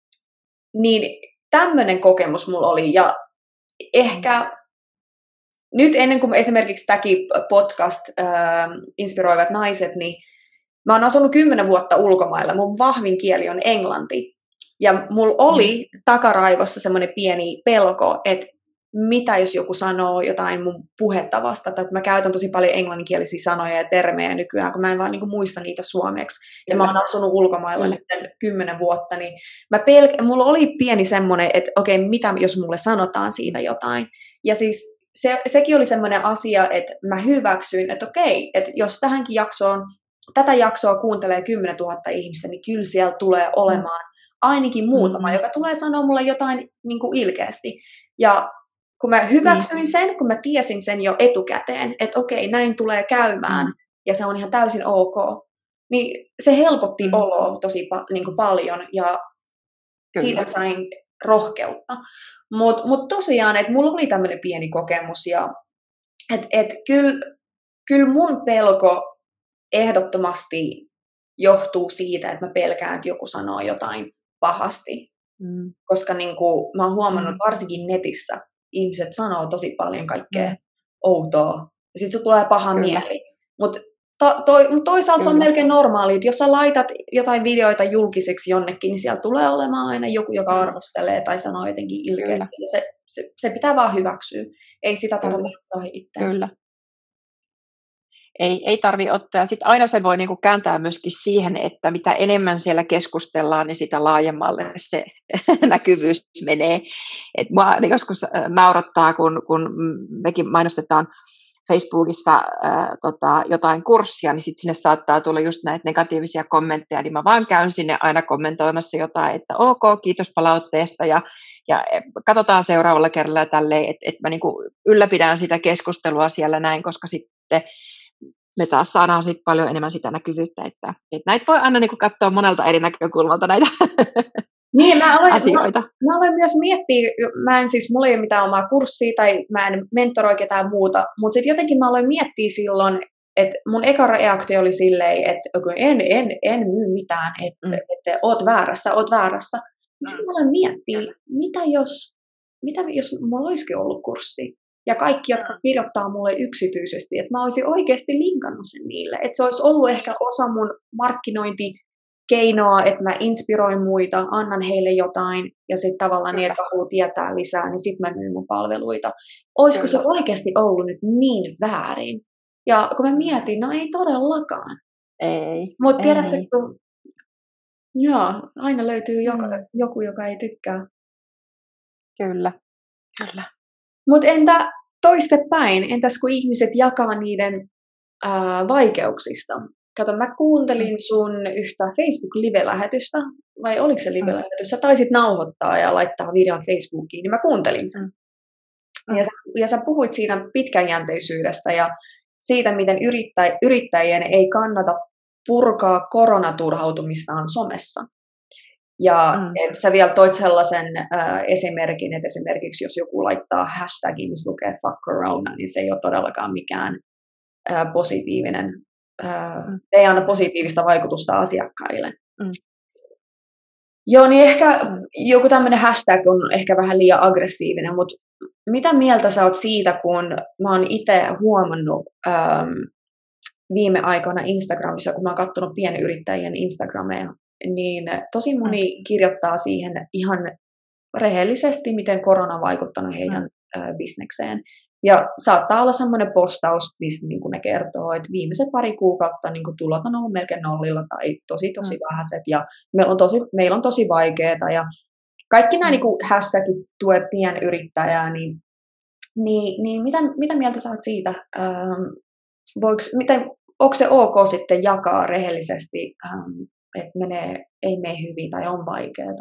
niin tämmöinen kokemus mulla oli, ja ehkä nyt ennen kuin esimerkiksi tämäkin podcast Inspiroivat naiset, niin mä oon asunut 10 vuotta ulkomailla. Mun vahvin kieli on englanti. Ja mulla oli takaraivossa semmoinen pieni pelko, että mitä jos joku sanoo jotain mun puhettavasta, tai mä käytän tosi paljon englanninkielisiä sanoja ja termejä nykyään, kun mä en vaan niinku muista niitä suomeksi. Ja mä oon asunut ulkomailla nyt 10 vuotta, niin mulla oli pieni semmoinen, että okei, mitä jos mulle sanotaan siitä jotain. Ja siis sekin oli semmoinen asia, että mä hyväksyin, että okei, että jos tätä jaksoa kuuntelee 10 000 ihmistä, niin kyllä siellä tulee olemaan ainakin muutama, joka tulee sanoa mulle jotain niin kuin ilkeästi. Ja kun mä hyväksyin sen, kun mä tiesin sen jo etukäteen, että okei, näin tulee käymään, ja se on ihan täysin ok, niin se helpotti oloa tosi niin kuin paljon, ja siitä mä sain rohkeutta. Mut tosiaan, että mulla oli tämmöinen pieni kokemus, ja että kyllä mun pelko ehdottomasti johtuu siitä, että mä pelkään, että joku sanoo jotain pahasti. Koska niin kuin, mä oon huomannut varsinkin netissä, ihmiset sanoo tosi paljon kaikkea outoa. Ja sit se tulee paha mieli. Mutta toisaalta se on melkein normaali, että jos sä laitat jotain videoita julkiseksi jonnekin, niin siellä tulee olemaan aina joku, joka arvostelee tai sanoo jotenkin ilkeästi. Ja se pitää vaan hyväksyä. Ei sitä tarvitse ottaa itseänsä. Kyllä. Ei tarvitse ottaa. Ja sitten aina se voi niinku kääntää myöskin siihen, että mitä enemmän siellä keskustellaan, niin sitä laajemmalle se näkyvyys menee. Et mua joskus naurattaa, kun mekin mainostetaan Facebookissa jotain kurssia, niin sitten sinne saattaa tulla just näitä negatiivisia kommentteja, niin mä vaan käyn sinne aina kommentoimassa jotain, että ok, kiitos palautteesta, ja katsotaan seuraavalla kerralla ja tälleen, että mä niinku ylläpidän sitä keskustelua siellä näin, koska sitten me taas saadaan sit paljon enemmän sitä näkyvyyttä, että näitä voi aina niinku katsoa monelta eri näkökulmalta näitä niin, asioita. Mä aloin myös miettiä, mulla ei ole mitään omaa kurssia tai mä en mentoroi ketään muuta, mutta sitten jotenkin mä aloin miettiä silloin, että mun eka reaktio oli silleen, että en myy mitään, että oot väärässä. Sitten mä aloin miettiä, mitä jos mulla olisikin ollut kurssi? Ja kaikki, jotka kirjoittaa mulle yksityisesti, että mä olisin oikeasti linkannut sen niille. Että se olisi ollut ehkä osa mun markkinointikeinoa, että mä inspiroin muita, annan heille jotain, ja sitten tavallaan niin, että haluaa tietää lisää, niin sitten mä myyn mun palveluita. Olisiko se oikeasti ollut nyt niin väärin? Ja kun mä mietin, no ei todellakaan. Ei. Mutta tiedätkö, kun aina löytyy joku, joka ei tykkää. Kyllä. Mutta entä toistepäin? Entäs kun ihmiset jakaa niiden vaikeuksista? Kato, mä kuuntelin sun yhtä Facebook-live-lähetystä, vai oliko se live-lähetys? Sä taisit nauhoittaa ja laittaa videon Facebookiin, niin mä kuuntelin sen. Ja sä puhuit siinä pitkäjänteisyydestä ja siitä, miten yrittäjien ei kannata purkaa koronaturhautumistaan somessa. Ja sä vielä toit sellaisen esimerkin, että esimerkiksi jos joku laittaa hashtagin, missä lukee fuck corona, niin se ei ole todellakaan mikään positiivinen, ei anna positiivista vaikutusta asiakkaille. Joo, niin ehkä joku tämmöinen hashtag on ehkä vähän liian aggressiivinen, mutta mitä mieltä sä oot siitä, kun mä oon itse huomannut viime aikoina Instagramissa, kun mä oon katsonut pienyrittäjien Instagrameja, niin tosi moni kirjoittaa siihen ihan rehellisesti, miten korona on vaikuttanut heidän bisnekseen. Ja saattaa olla semmoinen postaus, missä niin ne kertoo, että viimeiset pari kuukautta niin tulot on ollut melkein nollilla tai tosi vähäiset ja meillä on tosi vaikeaa. Ja kaikki nämä niin hashtagit tue pienyrittäjää, niin mitä mieltä sä oot siitä? Onko se ok sitten jakaa rehellisesti, että ei mene hyvin tai on vaikeaa?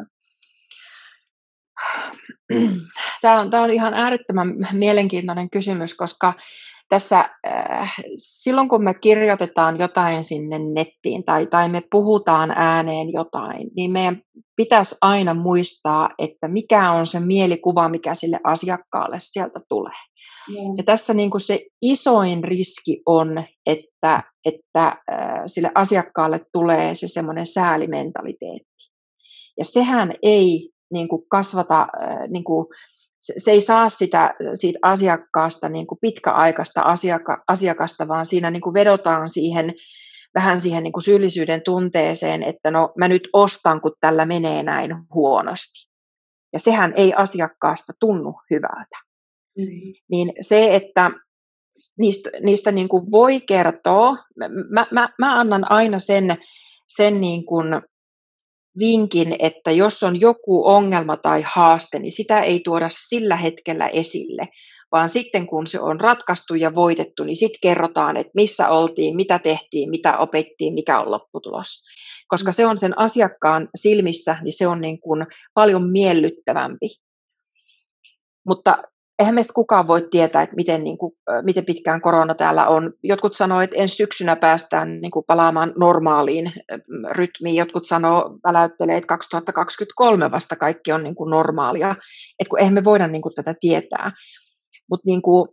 Tämä on ihan äärettömän mielenkiintoinen kysymys, koska tässä silloin kun me kirjoitetaan jotain sinne nettiin tai me puhutaan ääneen jotain, niin meidän pitäisi aina muistaa, että mikä on se mielikuva, mikä sille asiakkaalle sieltä tulee. Ja tässä niin kuin se isoin riski on, että sille asiakkaalle tulee se semmoinen säälimentaliteetti. Ja sehän ei niin kuin kasvata niin kuin se ei saa siitä asiakkaasta niin kuin pitkäaikaista asiakasta, vaan siinä niin kuin vedotaan vähän siihen niin kuin syyllisyyden tunteeseen, että no mä nyt ostan, kun tällä menee näin huonosti. Ja sehän ei asiakkaasta tunnu hyvältä. Niin se, että niistä niin kuin voi kertoa, mä annan aina sen niin kuin vinkin, että jos on joku ongelma tai haaste, niin sitä ei tuoda sillä hetkellä esille, vaan sitten kun se on ratkaistu ja voitettu, niin sitten kerrotaan, että missä oltiin, mitä tehtiin, mitä opettiin, mikä on lopputulos. Koska se on sen asiakkaan silmissä, niin se on niin kuin paljon miellyttävämpi. Mutta eihän meistä kukaan voi tietää, että miten pitkään korona täällä on. Jotkut sanoo, että ensi syksynä päästään niin kuin palaamaan normaaliin rytmiin. Jotkut sanoo, väläyttelee, että 2023 vasta kaikki on niin kuin normaalia. Että kun eihän me voida niin kuin tätä tietää. Mutta niin kuin,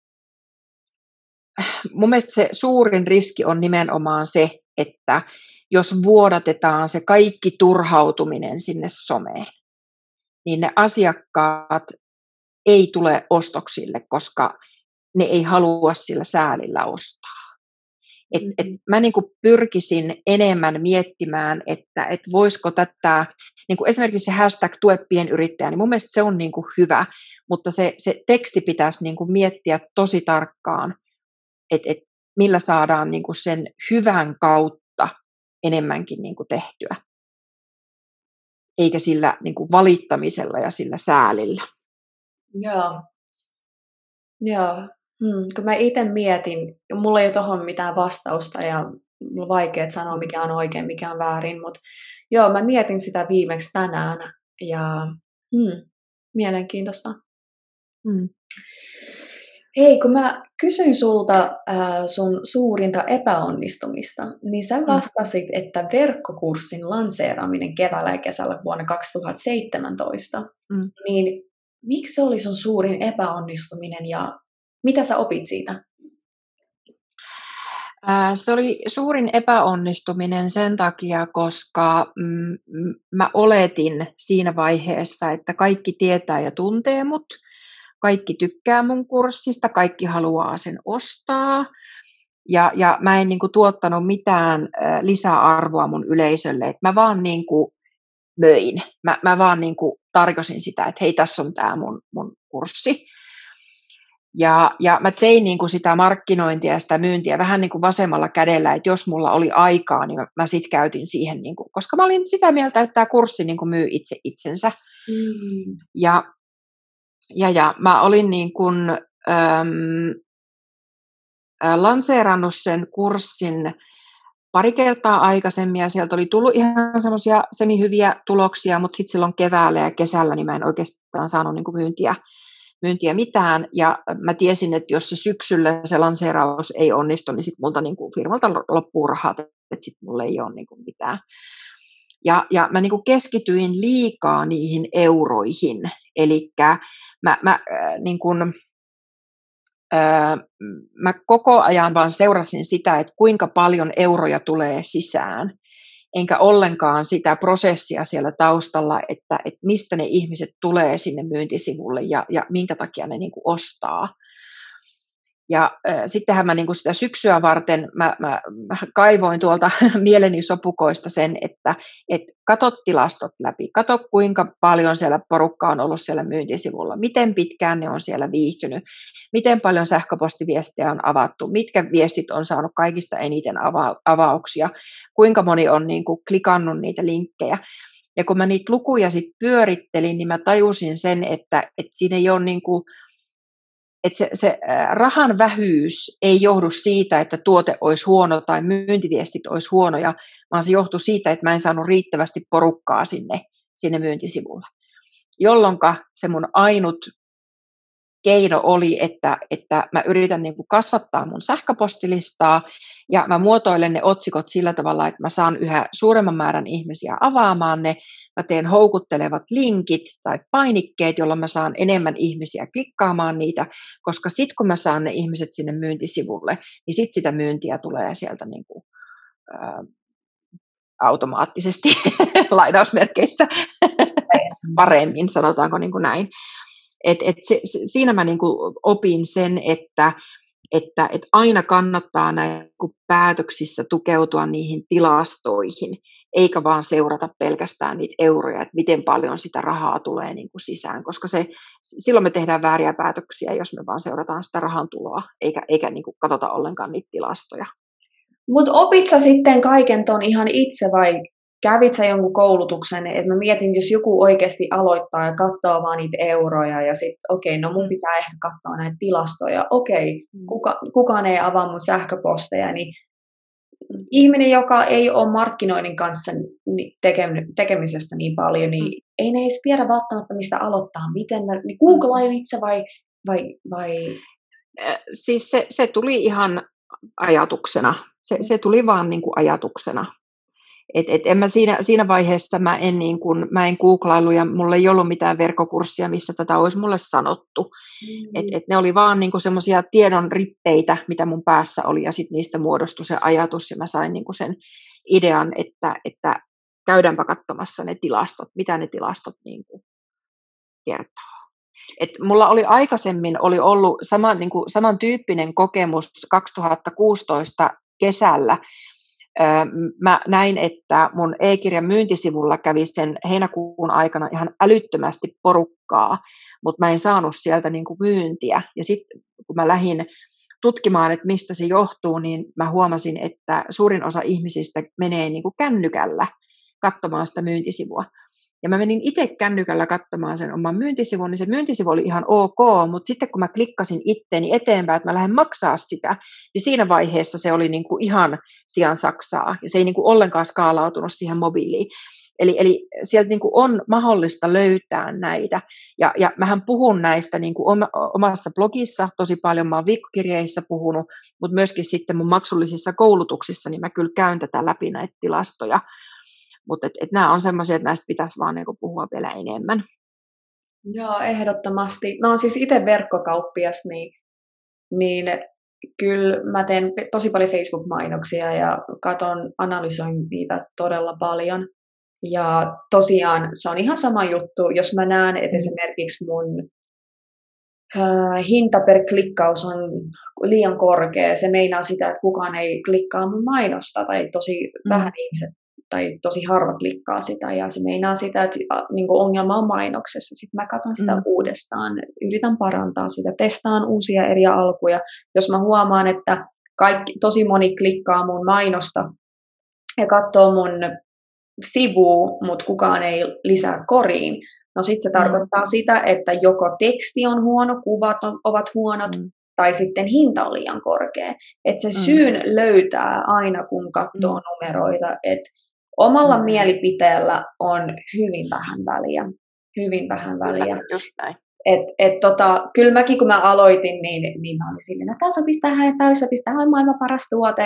mun mielestä se suurin riski on nimenomaan se, että jos vuodatetaan se kaikki turhautuminen sinne someen, niin ne asiakkaat ei tule ostoksille, koska ne ei halua sillä säälillä ostaa. Mä niin kuin pyrkisin enemmän miettimään, että voisiko tätä, niin kuin esimerkiksi se hashtag tue pienyrittäjä, niin mun mielestä se on niin kuin hyvä, mutta se teksti pitäisi niin kuin miettiä tosi tarkkaan, että millä saadaan niin kuin sen hyvän kautta enemmänkin niin kuin tehtyä, eikä sillä niin kuin valittamisella ja sillä säälillä. Joo. Kun mä itse mietin, mulla ei ole tohon mitään vastausta ja mulla on vaikea sanoa, mikä on oikein, mikä on väärin, mutta joo, mä mietin sitä viimeksi tänään ja mielenkiintoista. Hei, kun mä kysyin sulta sun suurinta epäonnistumista, niin sä vastasit, että verkkokurssin lanseeraaminen keväällä ja kesällä vuonna 2017, niin miksi se oli sun suurin epäonnistuminen ja mitä sä opit siitä? Se oli suurin epäonnistuminen sen takia, koska mä oletin siinä vaiheessa, että kaikki tietää ja tuntee mut, kaikki tykkää mun kurssista, kaikki haluaa sen ostaa ja mä en niin kuin tuottanut mitään lisäarvoa mun yleisölle, että mä vaan niin kuin möin. Mä vaan niin kuin tarjosin sitä, että hei, tässä on tämä mun kurssi. Ja mä tein niin kuin sitä markkinointia ja sitä myyntiä vähän niin kuin vasemmalla kädellä, että jos mulla oli aikaa, niin mä sit käytin siihen, niin kuin, koska mä olin sitä mieltä, että tämä kurssi niin kuin myy itsensä. Ja mä olin niin kuin, lanseerannut sen kurssin pari kertaa aikaisemmin ja sieltä oli tullut ihan semmoisia semihyviä tuloksia, mutta sitten silloin keväällä ja kesällä niin mä en oikeastaan saanut niin kuin myyntiä mitään. Ja mä tiesin, että jos se syksyllä se lanseeraus ei onnistu, niin sitten multa niin kuin firmalta loppuu rahat, että sitten mulla ei ole niin kuin mitään. Ja mä niin kuin keskityin liikaa niihin euroihin. Eli mä koko ajan vaan seurasin sitä, että kuinka paljon euroja tulee sisään, enkä ollenkaan sitä prosessia siellä taustalla, että mistä ne ihmiset tulee sinne myyntisivulle ja minkä takia ne niin kuin ostaa. Ja sittenhän mä niin kuin sitä syksyä varten mä kaivoin tuolta mieleni sopukoista sen, että katot tilastot läpi, kato kuinka paljon siellä porukkaa on ollut siellä myyntisivulla, miten pitkään ne on siellä viihtynyt, miten paljon sähköpostiviestejä on avattu, mitkä viestit on saanut kaikista eniten avauksia, kuinka moni on niin kuin klikannut niitä linkkejä. Ja kun mä niitä lukuja sitten pyörittelin, niin mä tajusin sen, että siinä ei ole niin kuin että se rahan vähyys ei johdu siitä, että tuote olisi huono tai myyntiviestit olisi huonoja, vaan se johtuu siitä, että mä en saanut riittävästi porukkaa sinne myyntisivulle. Jolloin se mun ainut keino oli, että mä yritän niin kuin kasvattaa mun sähköpostilistaa ja mä muotoilen ne otsikot sillä tavalla, että mä saan yhä suuremman määrän ihmisiä avaamaan ne. Mä teen houkuttelevat linkit tai painikkeet, jolloin mä saan enemmän ihmisiä klikkaamaan niitä, koska sitten kun mä saan ne ihmiset sinne myyntisivulle, niin sitten sitä myyntiä tulee sieltä niin kuin, automaattisesti lainausmerkeissä paremmin, sanotaanko niin kuin näin. Siinä mä niin kuin opin sen, että aina kannattaa näin päätöksissä tukeutua niihin tilastoihin, eikä vaan seurata pelkästään niitä euroja, että miten paljon sitä rahaa tulee niin kuin sisään, koska silloin me tehdään vääriä päätöksiä, jos me vaan seurataan sitä rahan tuloa, eikä niin kuin katsota ollenkaan niitä tilastoja. Mutta opit sä sitten kaiken ton ihan itse vai kävit sä jonkun koulutuksen, että mä mietin, jos joku oikeasti aloittaa ja katsoo vaan niitä euroja ja sitten okei, no mun pitää ehkä katsoa näitä tilastoja, kukaan ei avaa mun sähköposteja, niin ihminen, joka ei ole markkinoinnin kanssa tekemisestä niin paljon, niin ei ne edes tiedä välttämättä mistä aloittaa, niin googlailit sä vai? Siis se tuli ihan ajatuksena, se tuli vaan niin kuin ajatuksena. En mä siinä vaiheessa mä en googlailu ja mulla ei ollut mitään verkkokurssia, missä tätä olisi mulle sanottu. Ne oli vaan niinku semmoisia tiedon rippeitä, mitä mun päässä oli ja sitten niistä muodostui se ajatus ja mä sain niinku sen idean, että käydäänpä katsomassa ne tilastot, mitä ne tilastot niinku kertoo. Mulla oli aikaisemmin ollut samantyyppinen kokemus 2016 kesällä. Mä näin, että mun e-kirjan myyntisivulla kävi sen heinäkuun aikana ihan älyttömästi porukkaa, mutta mä en saanut sieltä niinku myyntiä. Ja sitten kun mä lähdin tutkimaan, että mistä se johtuu, niin mä huomasin, että suurin osa ihmisistä menee niinku kännykällä katsomaan sitä myyntisivua. Ja mä menin itse kännykällä katsomaan sen oman myyntisivun, niin se myyntisivu oli ihan ok, mutta sitten kun mä klikkasin itteeni eteenpäin, että mä lähden maksaa sitä, niin siinä vaiheessa se oli niinku ihan sian saksaa, ja se ei niinku ollenkaan skaalautunut siihen mobiiliin. Eli sieltä niinku on mahdollista löytää näitä, ja mähän puhun näistä niinku omassa blogissa tosi paljon, mä oon viikkokirjeissä puhunut, mutta myöskin sitten mun maksullisissa koulutuksissa, niin mä kyllä käyn tätä läpi näitä tilastoja. Mutta nämä on semmoisia, että näistä pitäisi vaan niinku puhua vielä enemmän. Joo, ehdottomasti. Mä oon siis itse verkkokauppias, niin kyllä mä teen tosi paljon Facebook-mainoksia ja analysoin niitä todella paljon. Ja tosiaan se on ihan sama juttu, jos mä näen, että esimerkiksi mun hinta per klikkaus on liian korkea. Se meinaa sitä, että kukaan ei klikkaa mun mainosta tai tosi vähän ihmiset tai tosi harva klikkaa sitä, ja se meinaa sitä, että niin kuin ongelma on mainoksessa. Sitten mä katson sitä uudestaan, yritän parantaa sitä, testaan uusia eri alkuja. Jos mä huomaan, että tosi moni klikkaa mun mainosta ja katsoo mun sivua, mutta kukaan ei lisää koriin, no sitten se tarkoittaa sitä, että joko teksti on huono, kuvat ovat huonot, tai sitten hinta on liian korkea. Että se syyn löytää aina, kun katsoo numeroita, että omalla mielipiteellä on hyvin vähän väliä. Hyvin vähän väliä. Just näin. Kyllä mäkin, kun mä aloitin, niin mä olin silleen, että tämä sopisi tähän ja tämä sopisi tähän, maailman paras tuote.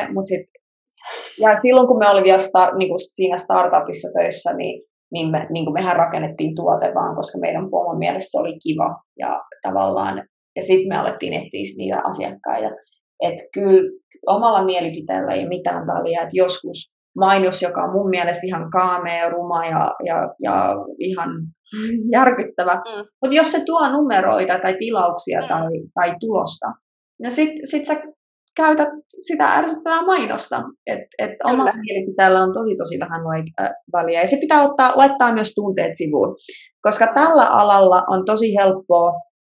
Ja silloin, kun me olin vielä niin siinä startupissa töissä, niin mehän rakennettiin tuote vaan, koska meidän pomon mielestä se oli kiva. Ja tavallaan, ja sitten me alettiin etsiä niitä asiakkaita. Että kyllä omalla mielipiteellä ei mitään väliä, että joskus mainos, joka on mun mielestä ihan kaamea, ruma ja ihan järkyttävä. Mutta jos se tuo numeroita tai tilauksia tai tulosta, no sit sä käytät sitä ärsyttävää mainosta. Omalla mielipiteellä on tosi vähän väliä. Ja se pitää laittaa myös tunteet sivuun. Koska tällä alalla on tosi helppoa,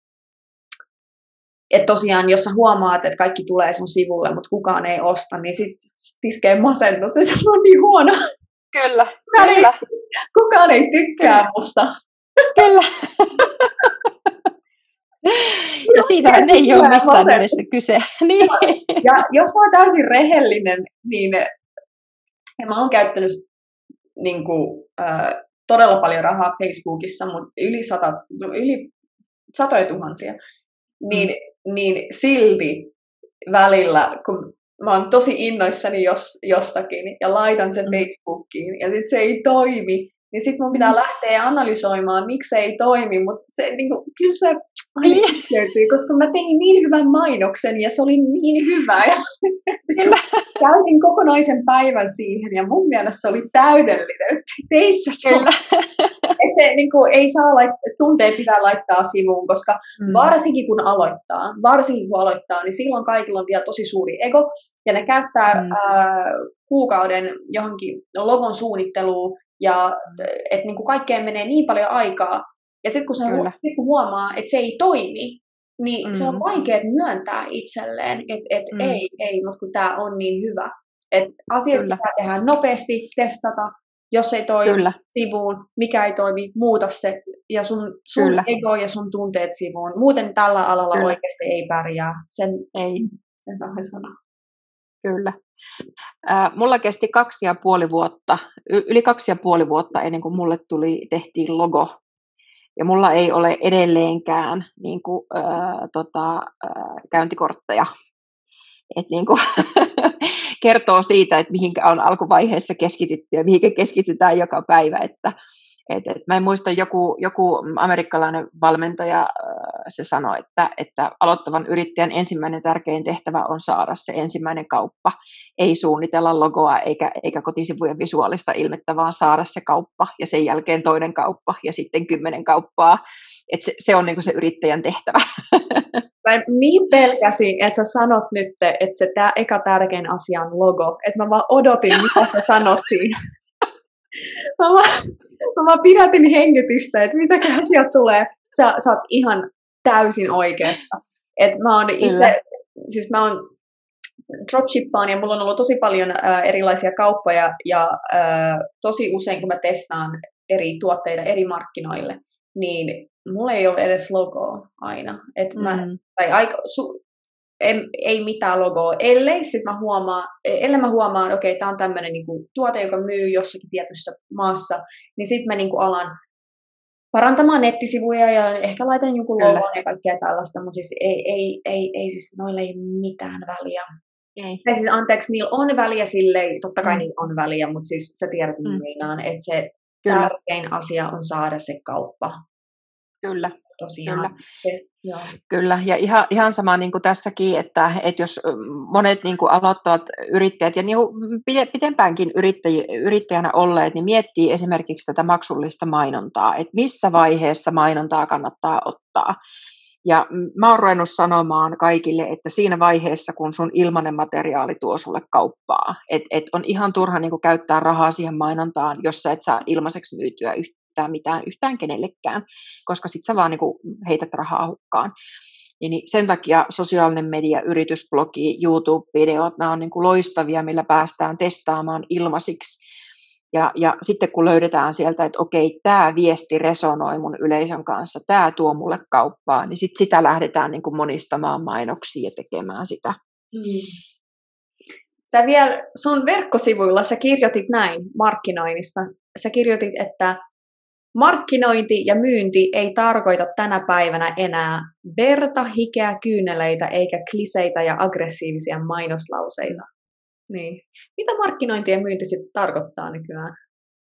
että tosiaan, jos sä huomaat, että kaikki tulee sun sivulle, mutta kukaan ei osta, niin sit tiskee masennus, että se on niin huono. Kyllä. Kukaan ei tykkää musta. Kyllä. Ja siitähän ei ole missään nimessä kyse. Niin. Ja jos mä oon täysin rehellinen, niin mä oon käyttänyt todella paljon rahaa Facebookissa, mutta yli satoja tuhansia. Niin silti välillä, kun mä oon tosi innoissani jostakin ja laitan sen Facebookiin ja sitten se ei toimi, niin sitten mun pitää lähteä analysoimaan, miksi se ei toimi, mutta kyllä se aina löytyy, koska mä tein niin hyvän mainoksen ja se oli niin hyvä ja käytin kokonaisen päivän siihen ja mun mielestä se oli täydellinen teissä se. se niin kuin, ei saa tunteet pitää laittaa sivuun, koska varsinkin kun aloittaa, niin silloin kaikilla on vielä tosi suuri ego, ja ne käyttää kuukauden johonkin logon suunnitteluun, ja että niin kuin kaikkeen menee niin paljon aikaa, ja sitten kun huomaa, että se ei toimi, niin se on vaikea myöntää itselleen, että ei, mutta kun tämä on niin hyvä. Että asiat pitää tehdä nopeasti, testata, jos ei toimi sivuun, mikä ei toimi, muuta se, ja sun ego ja sun tunteet sivuun. Muuten tällä alalla oikeasti ei pärjää, sen vähän sanoa. Kyllä. Mulla kesti 2,5 vuotta, yli 2,5 vuotta ennen kuin mulle tehtiin logo. Ja mulla ei ole edelleenkään niin kuin, käyntikortteja. Et niin kuin, kertoo siitä, että mihinkä on alkuvaiheessa keskitytty ja mihinkä keskitytään joka päivä. Mä en muista, joku amerikkalainen valmentaja se sanoi, että aloittavan yrittäjän ensimmäinen tärkein tehtävä on saada se ensimmäinen kauppa. Ei suunnitella logoa eikä kotisivujen visuaalista ilmettä, vaan saada se kauppa ja sen jälkeen toinen kauppa ja sitten 10 kauppaa. Et se on niinku se yrittäjän tehtävä. Mä niin pelkäsin, että sä sanot nyt, että se eka tärkein asia on logo. Että mä vaan odotin, mitä sä sanot siinä. Mä vaan pidätin hengitystä, että mitäköhän sieltä tulee. Sä oot ihan täysin oikeassa. Että mä oon itse, siis mä oon dropshippaan ja mulla on ollut tosi paljon erilaisia kauppoja ja tosi usein kun mä testaan eri tuotteita eri markkinoille, niin mulla ei ole edes logoa aina. Että ei mitään logoa, ellei mä huomaan, okei, tää on tämmönen niinku tuote, joka myy jossakin tietyssä maassa, niin sit mä niinku alan parantamaan nettisivuja ja ehkä laitan joku logon ja kaikkea tällaista, mutta siis ei siis noilla ei mitään väliä. Ei. Ja siis anteeksi, niillä on väliä silleen, totta kai niillä on väliä, mutta siis sä tiedät minään, että se tärkein asia on saada se kauppa. Kyllä. Tosiaan. Kyllä, ja ihan sama niin kuin tässäkin, että jos monet niin kuin aloittavat yrittäjät ja niin kuin pitempäänkin yrittäjänä olleet, niin miettii esimerkiksi tätä maksullista mainontaa, että missä vaiheessa mainontaa kannattaa ottaa. Ja mä oon ruvennut sanomaan kaikille, että siinä vaiheessa, kun sun ilmainen materiaali tuo sulle kauppaa, että on ihan turha niin kuin käyttää rahaa siihen mainontaan, jos sä et saa ilmaiseksi myytyä yhtään kenellekään, koska sit sä vaan niin kuin heität rahaa hukkaan. Niin sen takia sosiaalinen media, yritysblogi, YouTube-videot, nämä on niin kuin loistavia, millä päästään testaamaan ilmaisiksi. Ja sitten kun löydetään sieltä, että okei, tämä viesti resonoi mun yleisön kanssa, tämä tuo mulle kauppaa, niin sitten sitä lähdetään niin kuin monistamaan mainoksia ja tekemään sitä. Sä vielä sun verkkosivuilla sä kirjoitit näin markkinoinnista. Sä kirjoitit, että markkinointi ja myynti ei tarkoita tänä päivänä enää verta, hikeä, kyyneleitä eikä kliseitä ja aggressiivisia mainoslauseita. Niin. Mitä markkinointi ja myynti sitten tarkoittaa nykyään?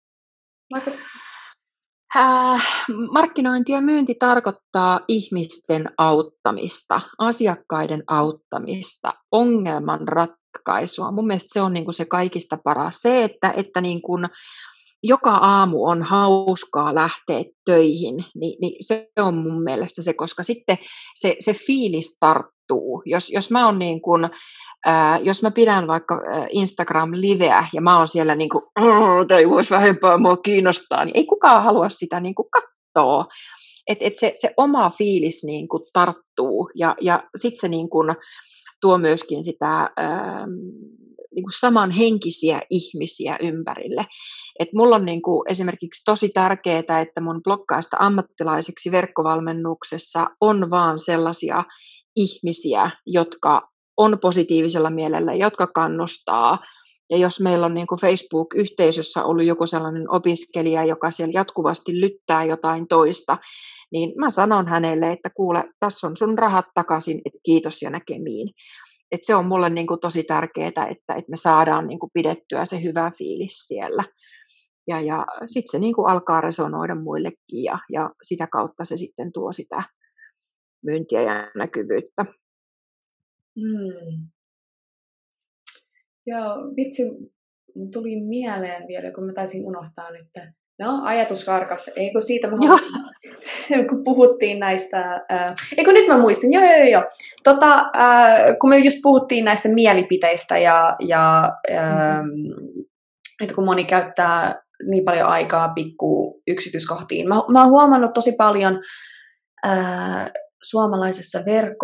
Markkinointi ja myynti tarkoittaa ihmisten auttamista, asiakkaiden auttamista, ongelman ratkaisua. Mun mielestä se on niin kuin se kaikista paras. Se, että niin kuin joka aamu on hauskaa lähteä töihin, niin se on mun mielestä se, koska sitten se fiilis tarttuu. Jos mä oon niin kuin jos mä pidän vaikka Instagram-liveä ja mä oon siellä niin kuin, tai voisi vähempää mua kiinnostaa, niin ei kukaan halua sitä niin kuin katsoa. Se oma fiilis niin kuin tarttuu ja sitten se niin kuin tuo myöskin sitä niin kuin samanhenkisiä ihmisiä ympärille. Et mulla on niin kuin esimerkiksi tosi tärkeää, että mun bloggaista ammattilaiseksi verkkovalmennuksessa on vaan sellaisia ihmisiä, jotka on positiivisella mielellä, jotka kannustaa. Ja jos meillä on niin kuin Facebook-yhteisössä ollut joku sellainen opiskelija, joka siellä jatkuvasti lyttää jotain toista, niin mä sanon hänelle, että kuule, tässä on sun rahat takaisin, että kiitos ja näkemiin. Et se on mulle niin kuin tosi tärkeää, että me saadaan niin kuin pidettyä se hyvä fiilis siellä. Ja sitten se niin kuin alkaa resonoida muillekin ja sitä kautta se sitten tuo sitä myyntiä ja näkyvyyttä. Joo, vitsi, tuli mieleen vielä, kun mä taisin unohtaa nyt No, ajatus karkas. Eikö siitä kun puhuttiin näistä... Eikö nyt mä muistin? Joo. Kun me just puhuttiin näistä mielipiteistä ja että kun moni käyttää niin paljon aikaa pikku yksityiskohtiin. Mä oon huomannut tosi paljon suomalaisessa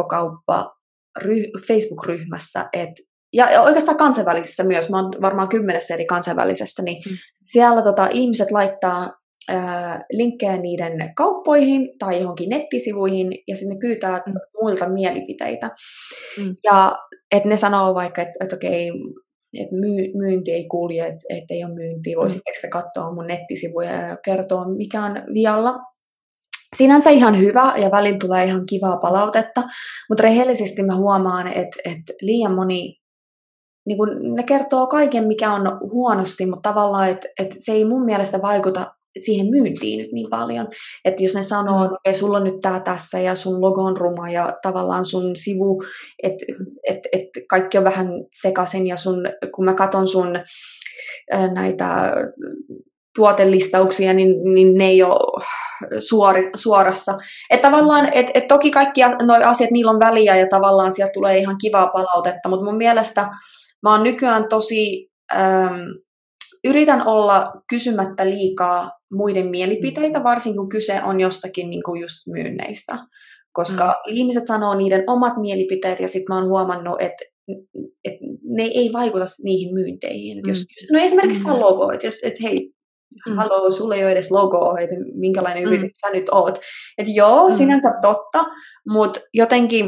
Facebook-ryhmässä, ja oikeastaan kansainvälisissä myös, mä oon varmaan 10 eri kansainvälisessä, niin siellä ihmiset laittaa linkkejä niiden kauppoihin tai johonkin nettisivuihin, ja sitten ne pyytää muilta mielipiteitä. Ja että ne sanoo vaikka, että okei, että myynti ei kulje, että ei ole myyntiä, voisitteko te katsoa mun nettisivuja ja kertoa, mikä on vialla. Sinänsä ihan hyvä ja välillä tulee ihan kivaa palautetta, mutta rehellisesti mä huomaan, että liian moni, niin kun ne kertoo kaiken, mikä on huonosti, mutta tavallaan, että se ei mun mielestä vaikuta siihen myyntiin nyt niin paljon. Että jos ne sanoo, että okay, sulla on nyt tää tässä ja sun logo on ruma ja tavallaan sun sivu, että kaikki on vähän sekaisin ja kun mä katson sun näitä tuotelistauksia, niin ne ei ole suorassa. Että tavallaan, että toki kaikki nuo asiat, niillä on väliä ja tavallaan sieltä tulee ihan kivaa palautetta, mutta mun mielestä mä oon nykyään tosi, yritän olla kysymättä liikaa muiden mielipiteitä, varsinkin kun kyse on jostakin niin kuin just myynneistä. Koska ihmiset sanoo niiden omat mielipiteet ja sitten mä oon huomannut, että ne ei vaikuta niihin myynteihin. No esimerkiksi tämä logo, että hei, haloo, sulla ei ole edes logoa, että minkälainen yritys sä nyt oot. Että joo, sinänsä totta, mutta jotenkin,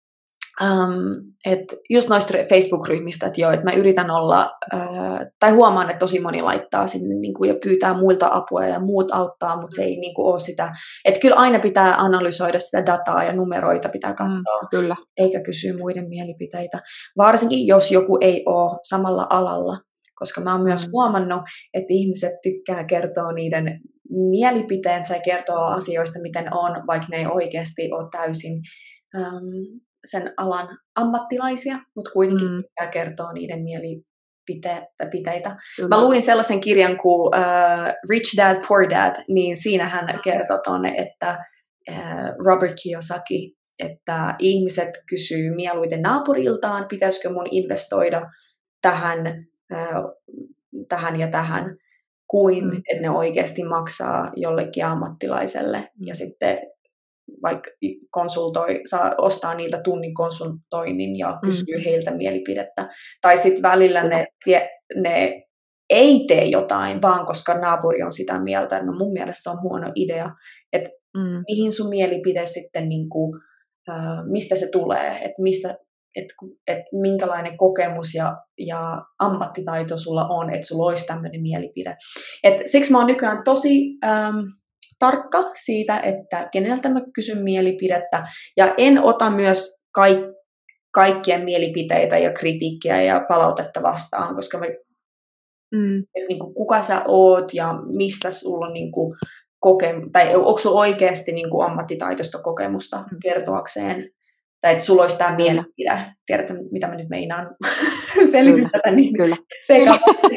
että just noista Facebook-ryhmistä, että joo, että mä yritän olla, tai huomaan, että tosi moni laittaa sinne niin kuin, ja pyytää muilta apua ja muut auttaa, mutta se ei niin kuin, ole sitä. Että kyllä aina pitää analysoida sitä dataa ja numeroita pitää katsoa, eikä kysyä muiden mielipiteitä. Varsinkin, jos joku ei ole samalla alalla. Koska mä oon myös huomannut, että ihmiset tykkää kertoa niiden mielipiteensä ja kertoa asioista, miten on, vaikka ne ei oikeasti ole täysin sen alan ammattilaisia, mutta kuitenkin tykkää kertoa niiden mielipiteitä. Mä luin sellaisen kirjan kuin Rich Dad, Poor Dad, niin siinä hän kertoo tuonne, että Robert Kiyosaki, että ihmiset kysyy mieluiten naapuriltaan, pitäisikö mun investoida tähän ja tähän, kuin että ne oikeasti maksaa jollekin ammattilaiselle ja sitten vaikka ostaa niiltä tunnin konsultoinnin ja kysyy heiltä mielipidettä. Tai sitten välillä ne ei tee jotain, vaan koska naapuri on sitä mieltä, että no mun mielestä on huono idea, että mihin sun mielipide sitten, niin kuin, mistä se tulee, että minkälainen kokemus ja ammattitaito sulla on, että sulla olisi tämmöinen mielipide. Siksi mä oon nykyään tosi tarkka siitä, että keneltä mä kysyn mielipidettä, ja en ota myös kaikkien mielipiteitä ja kritiikkiä ja palautetta vastaan, koska niin kuin, kuka sä oot ja mistä sulla on niin kuin, tai onko sulla oikeasti niin kuin, ammattitaitoista kokemusta kertoakseen, tai että sulla olisi tämä mielipide. Tiedätkö, mitä mä nyt meinaan? Selitän tätä niin sekavasti.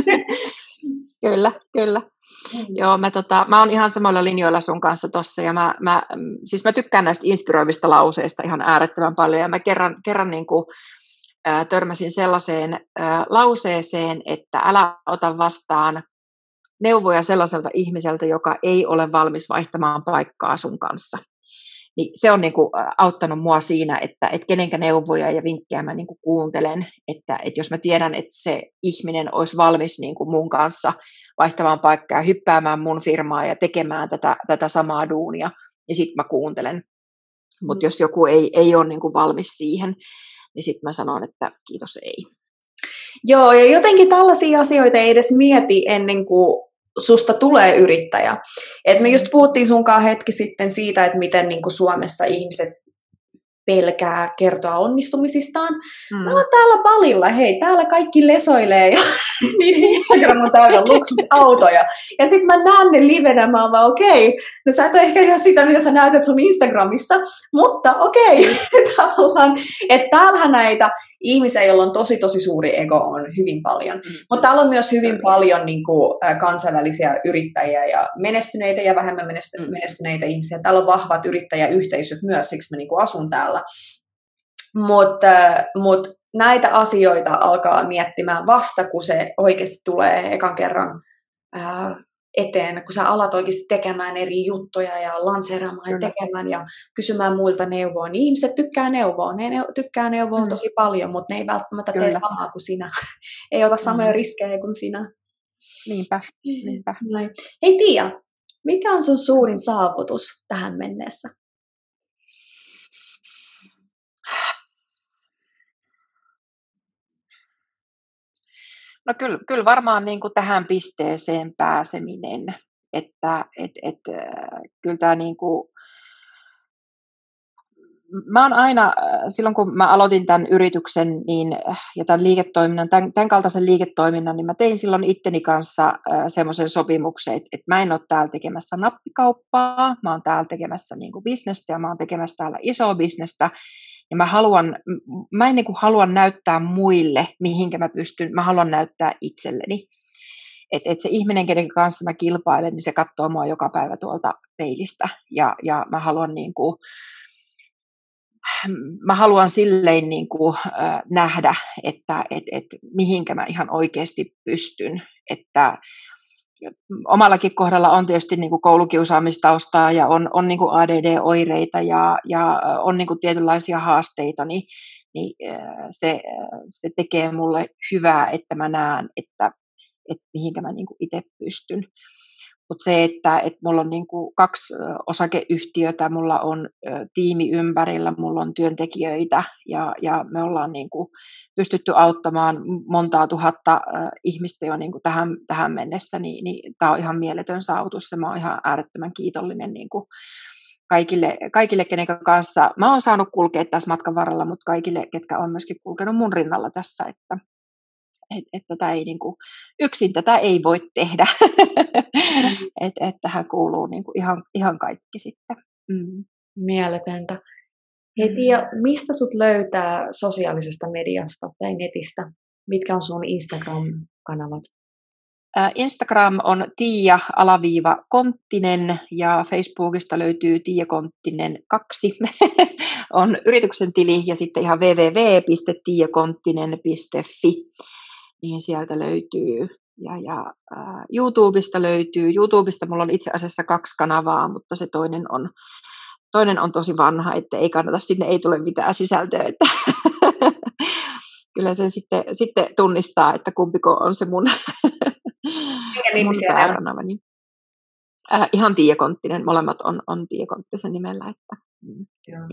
Kyllä. Joo, mä oon ihan samalla linjoilla sun kanssa tossa, ja mä tykkään näistä inspiroivista lauseista ihan äärettömän paljon, ja mä kerran niin kuin, törmäsin sellaiseen lauseeseen, että älä ota vastaan neuvoja sellaiselta ihmiseltä, joka ei ole valmis vaihtamaan paikkaa sun kanssa. Niin se on niin kuin auttanut mua siinä, että kenenkä neuvoja ja vinkkejä mä niin kuin kuuntelen, että jos mä tiedän, että se ihminen olisi valmis niin kuin mun kanssa vaihtamaan paikkaa, hyppäämään mun firmaa ja tekemään tätä samaa duunia, niin sitten mä kuuntelen. Mutta jos joku ei ole niin kuin valmis siihen, niin sitten mä sanon, että kiitos, ei. Joo, ja jotenkin tällaisia asioita ei edes mieti ennen kuin susta tulee yrittäjä. Et me just puhuttiin sunkaan hetki sitten siitä, että miten niin kuin Suomessa ihmiset pelkää kertoa onnistumisistaan. Mä oon täällä Balilla, hei, täällä kaikki lesoilee ja niin Instagram on täynnä luksusautoja. Ja sitten mä näen ne livenä, mä oon vaan okei, no sä et ole ehkä ihan sitä, mitä sä näytät sun Instagramissa, mutta okei, tavallaan, että täällähän näitä ihmisiä, joilla on tosi suuri ego, on hyvin paljon. Mutta täällä on myös hyvin paljon niin kuin, kansainvälisia yrittäjiä ja menestyneitä ja vähemmän menestyneitä ihmisiä. Täällä on vahvat yrittäjäyhteisöt myös, siksi mä niin kuin asun täällä. Mutta näitä asioita alkaa miettimään vasta, kun se oikeasti tulee ekan kerran eteen, kun sä alat oikeasti tekemään eri juttuja ja lanseeraamaan ja tekemään ja kysymään muilta neuvoa. Niin ihmiset tykkää neuvoa, ne tykkää neuvoa tosi paljon, mutta ne ei välttämättä tee samaa kuin sinä. Ei ota samoja riskejä kuin sinä. Niinpä. Näin. Hei Tiia, mikä on sun suurin saavutus tähän mennessä? No kyllä varmaan niin kuin tähän pisteeseen pääseminen, että kyllä tämä niin kuin, mä oon aina, silloin kun mä aloitin tämän yrityksen ja tämän liiketoiminnan, tämän kaltaisen liiketoiminnan, niin mä tein silloin itteni kanssa semmoisen sopimuksen, että mä en ole täällä tekemässä nappikauppaa, mä oon täällä tekemässä niin kuin bisnestä ja mä oon tekemässä täällä isoa bisnestä. Ja mä en niin kuin halua näyttää muille, mihinkä mä pystyn, mä haluan näyttää itselleni. Että se ihminen, kenen kanssa mä kilpailen, niin se katsoo mua joka päivä tuolta peilistä. Ja mä haluan, niin kuin, mä haluan silleen niin kuin, nähdä, että mihinkä mä ihan oikeasti pystyn. Että omallakin kohdalla on tietysti niin kuin koulukiusaamistaustaa ja on niin kuin ADD-oireita ja on niin kuin tietynlaisia haasteita, niin se tekee mulle hyvää, että mä näen, että mihinkä mä niin kuin itse pystyn. Mutta se, että mulla on niin kuin 2 osakeyhtiötä, mulla on tiimi ympärillä, mulla on työntekijöitä ja me ollaan niin kuin pystytty auttamaan montaa tuhatta ihmistä jo niin kuin tähän mennessä, niin tämä on ihan mieletön saavutus ja mä oon ihan äärettömän kiitollinen niin kuin kaikille, kenen kanssa mä oon saanut kulkea tässä matkan varrella, mutta kaikille, ketkä on myöskin kulkenut mun rinnalla tässä, että tätä ei niin kuin, yksin tätä ei voi tehdä, että tähän kuuluu niin kuin ihan kaikki sitten. Mieletöntä. Hei Tiia, mistä sut löytää sosiaalisesta mediasta tai netistä? Mitkä on sun Instagram-kanavat? Instagram on Tiia_Konttinen ja Facebookista löytyy Tiia Konttinen 2 on yrityksen tili ja sitten ihan www.tiakonttinen.fi niin sieltä löytyy ja YouTubesta löytyy. YouTubesta mulla on itse asiassa 2 kanavaa, mutta se toinen on tosi vanha, että ei kannata, sinne ei tule mitään sisältöä, että kyllä sen sitten tunnistaa, että kumpiko on se mun pääkanavani. Ihan Tiia Konttinen, molemmat on Tiia Konttisen nimellä. Että. Joo.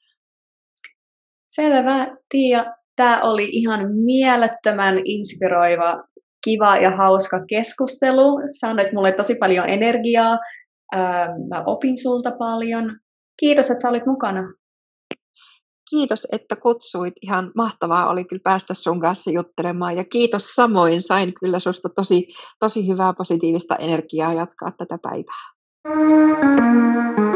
Selvä, Tiia. Tämä oli ihan mielettömän inspiroiva, kiva ja hauska keskustelu. Sä annoit mulle tosi paljon energiaa. Mä opin sulta paljon. Kiitos, että sä olit mukana. Kiitos, että kutsuit. Ihan mahtavaa oli kyllä päästä sun kanssa juttelemaan. Ja kiitos samoin. Sain kyllä susta tosi hyvää positiivista energiaa jatkaa tätä päivää.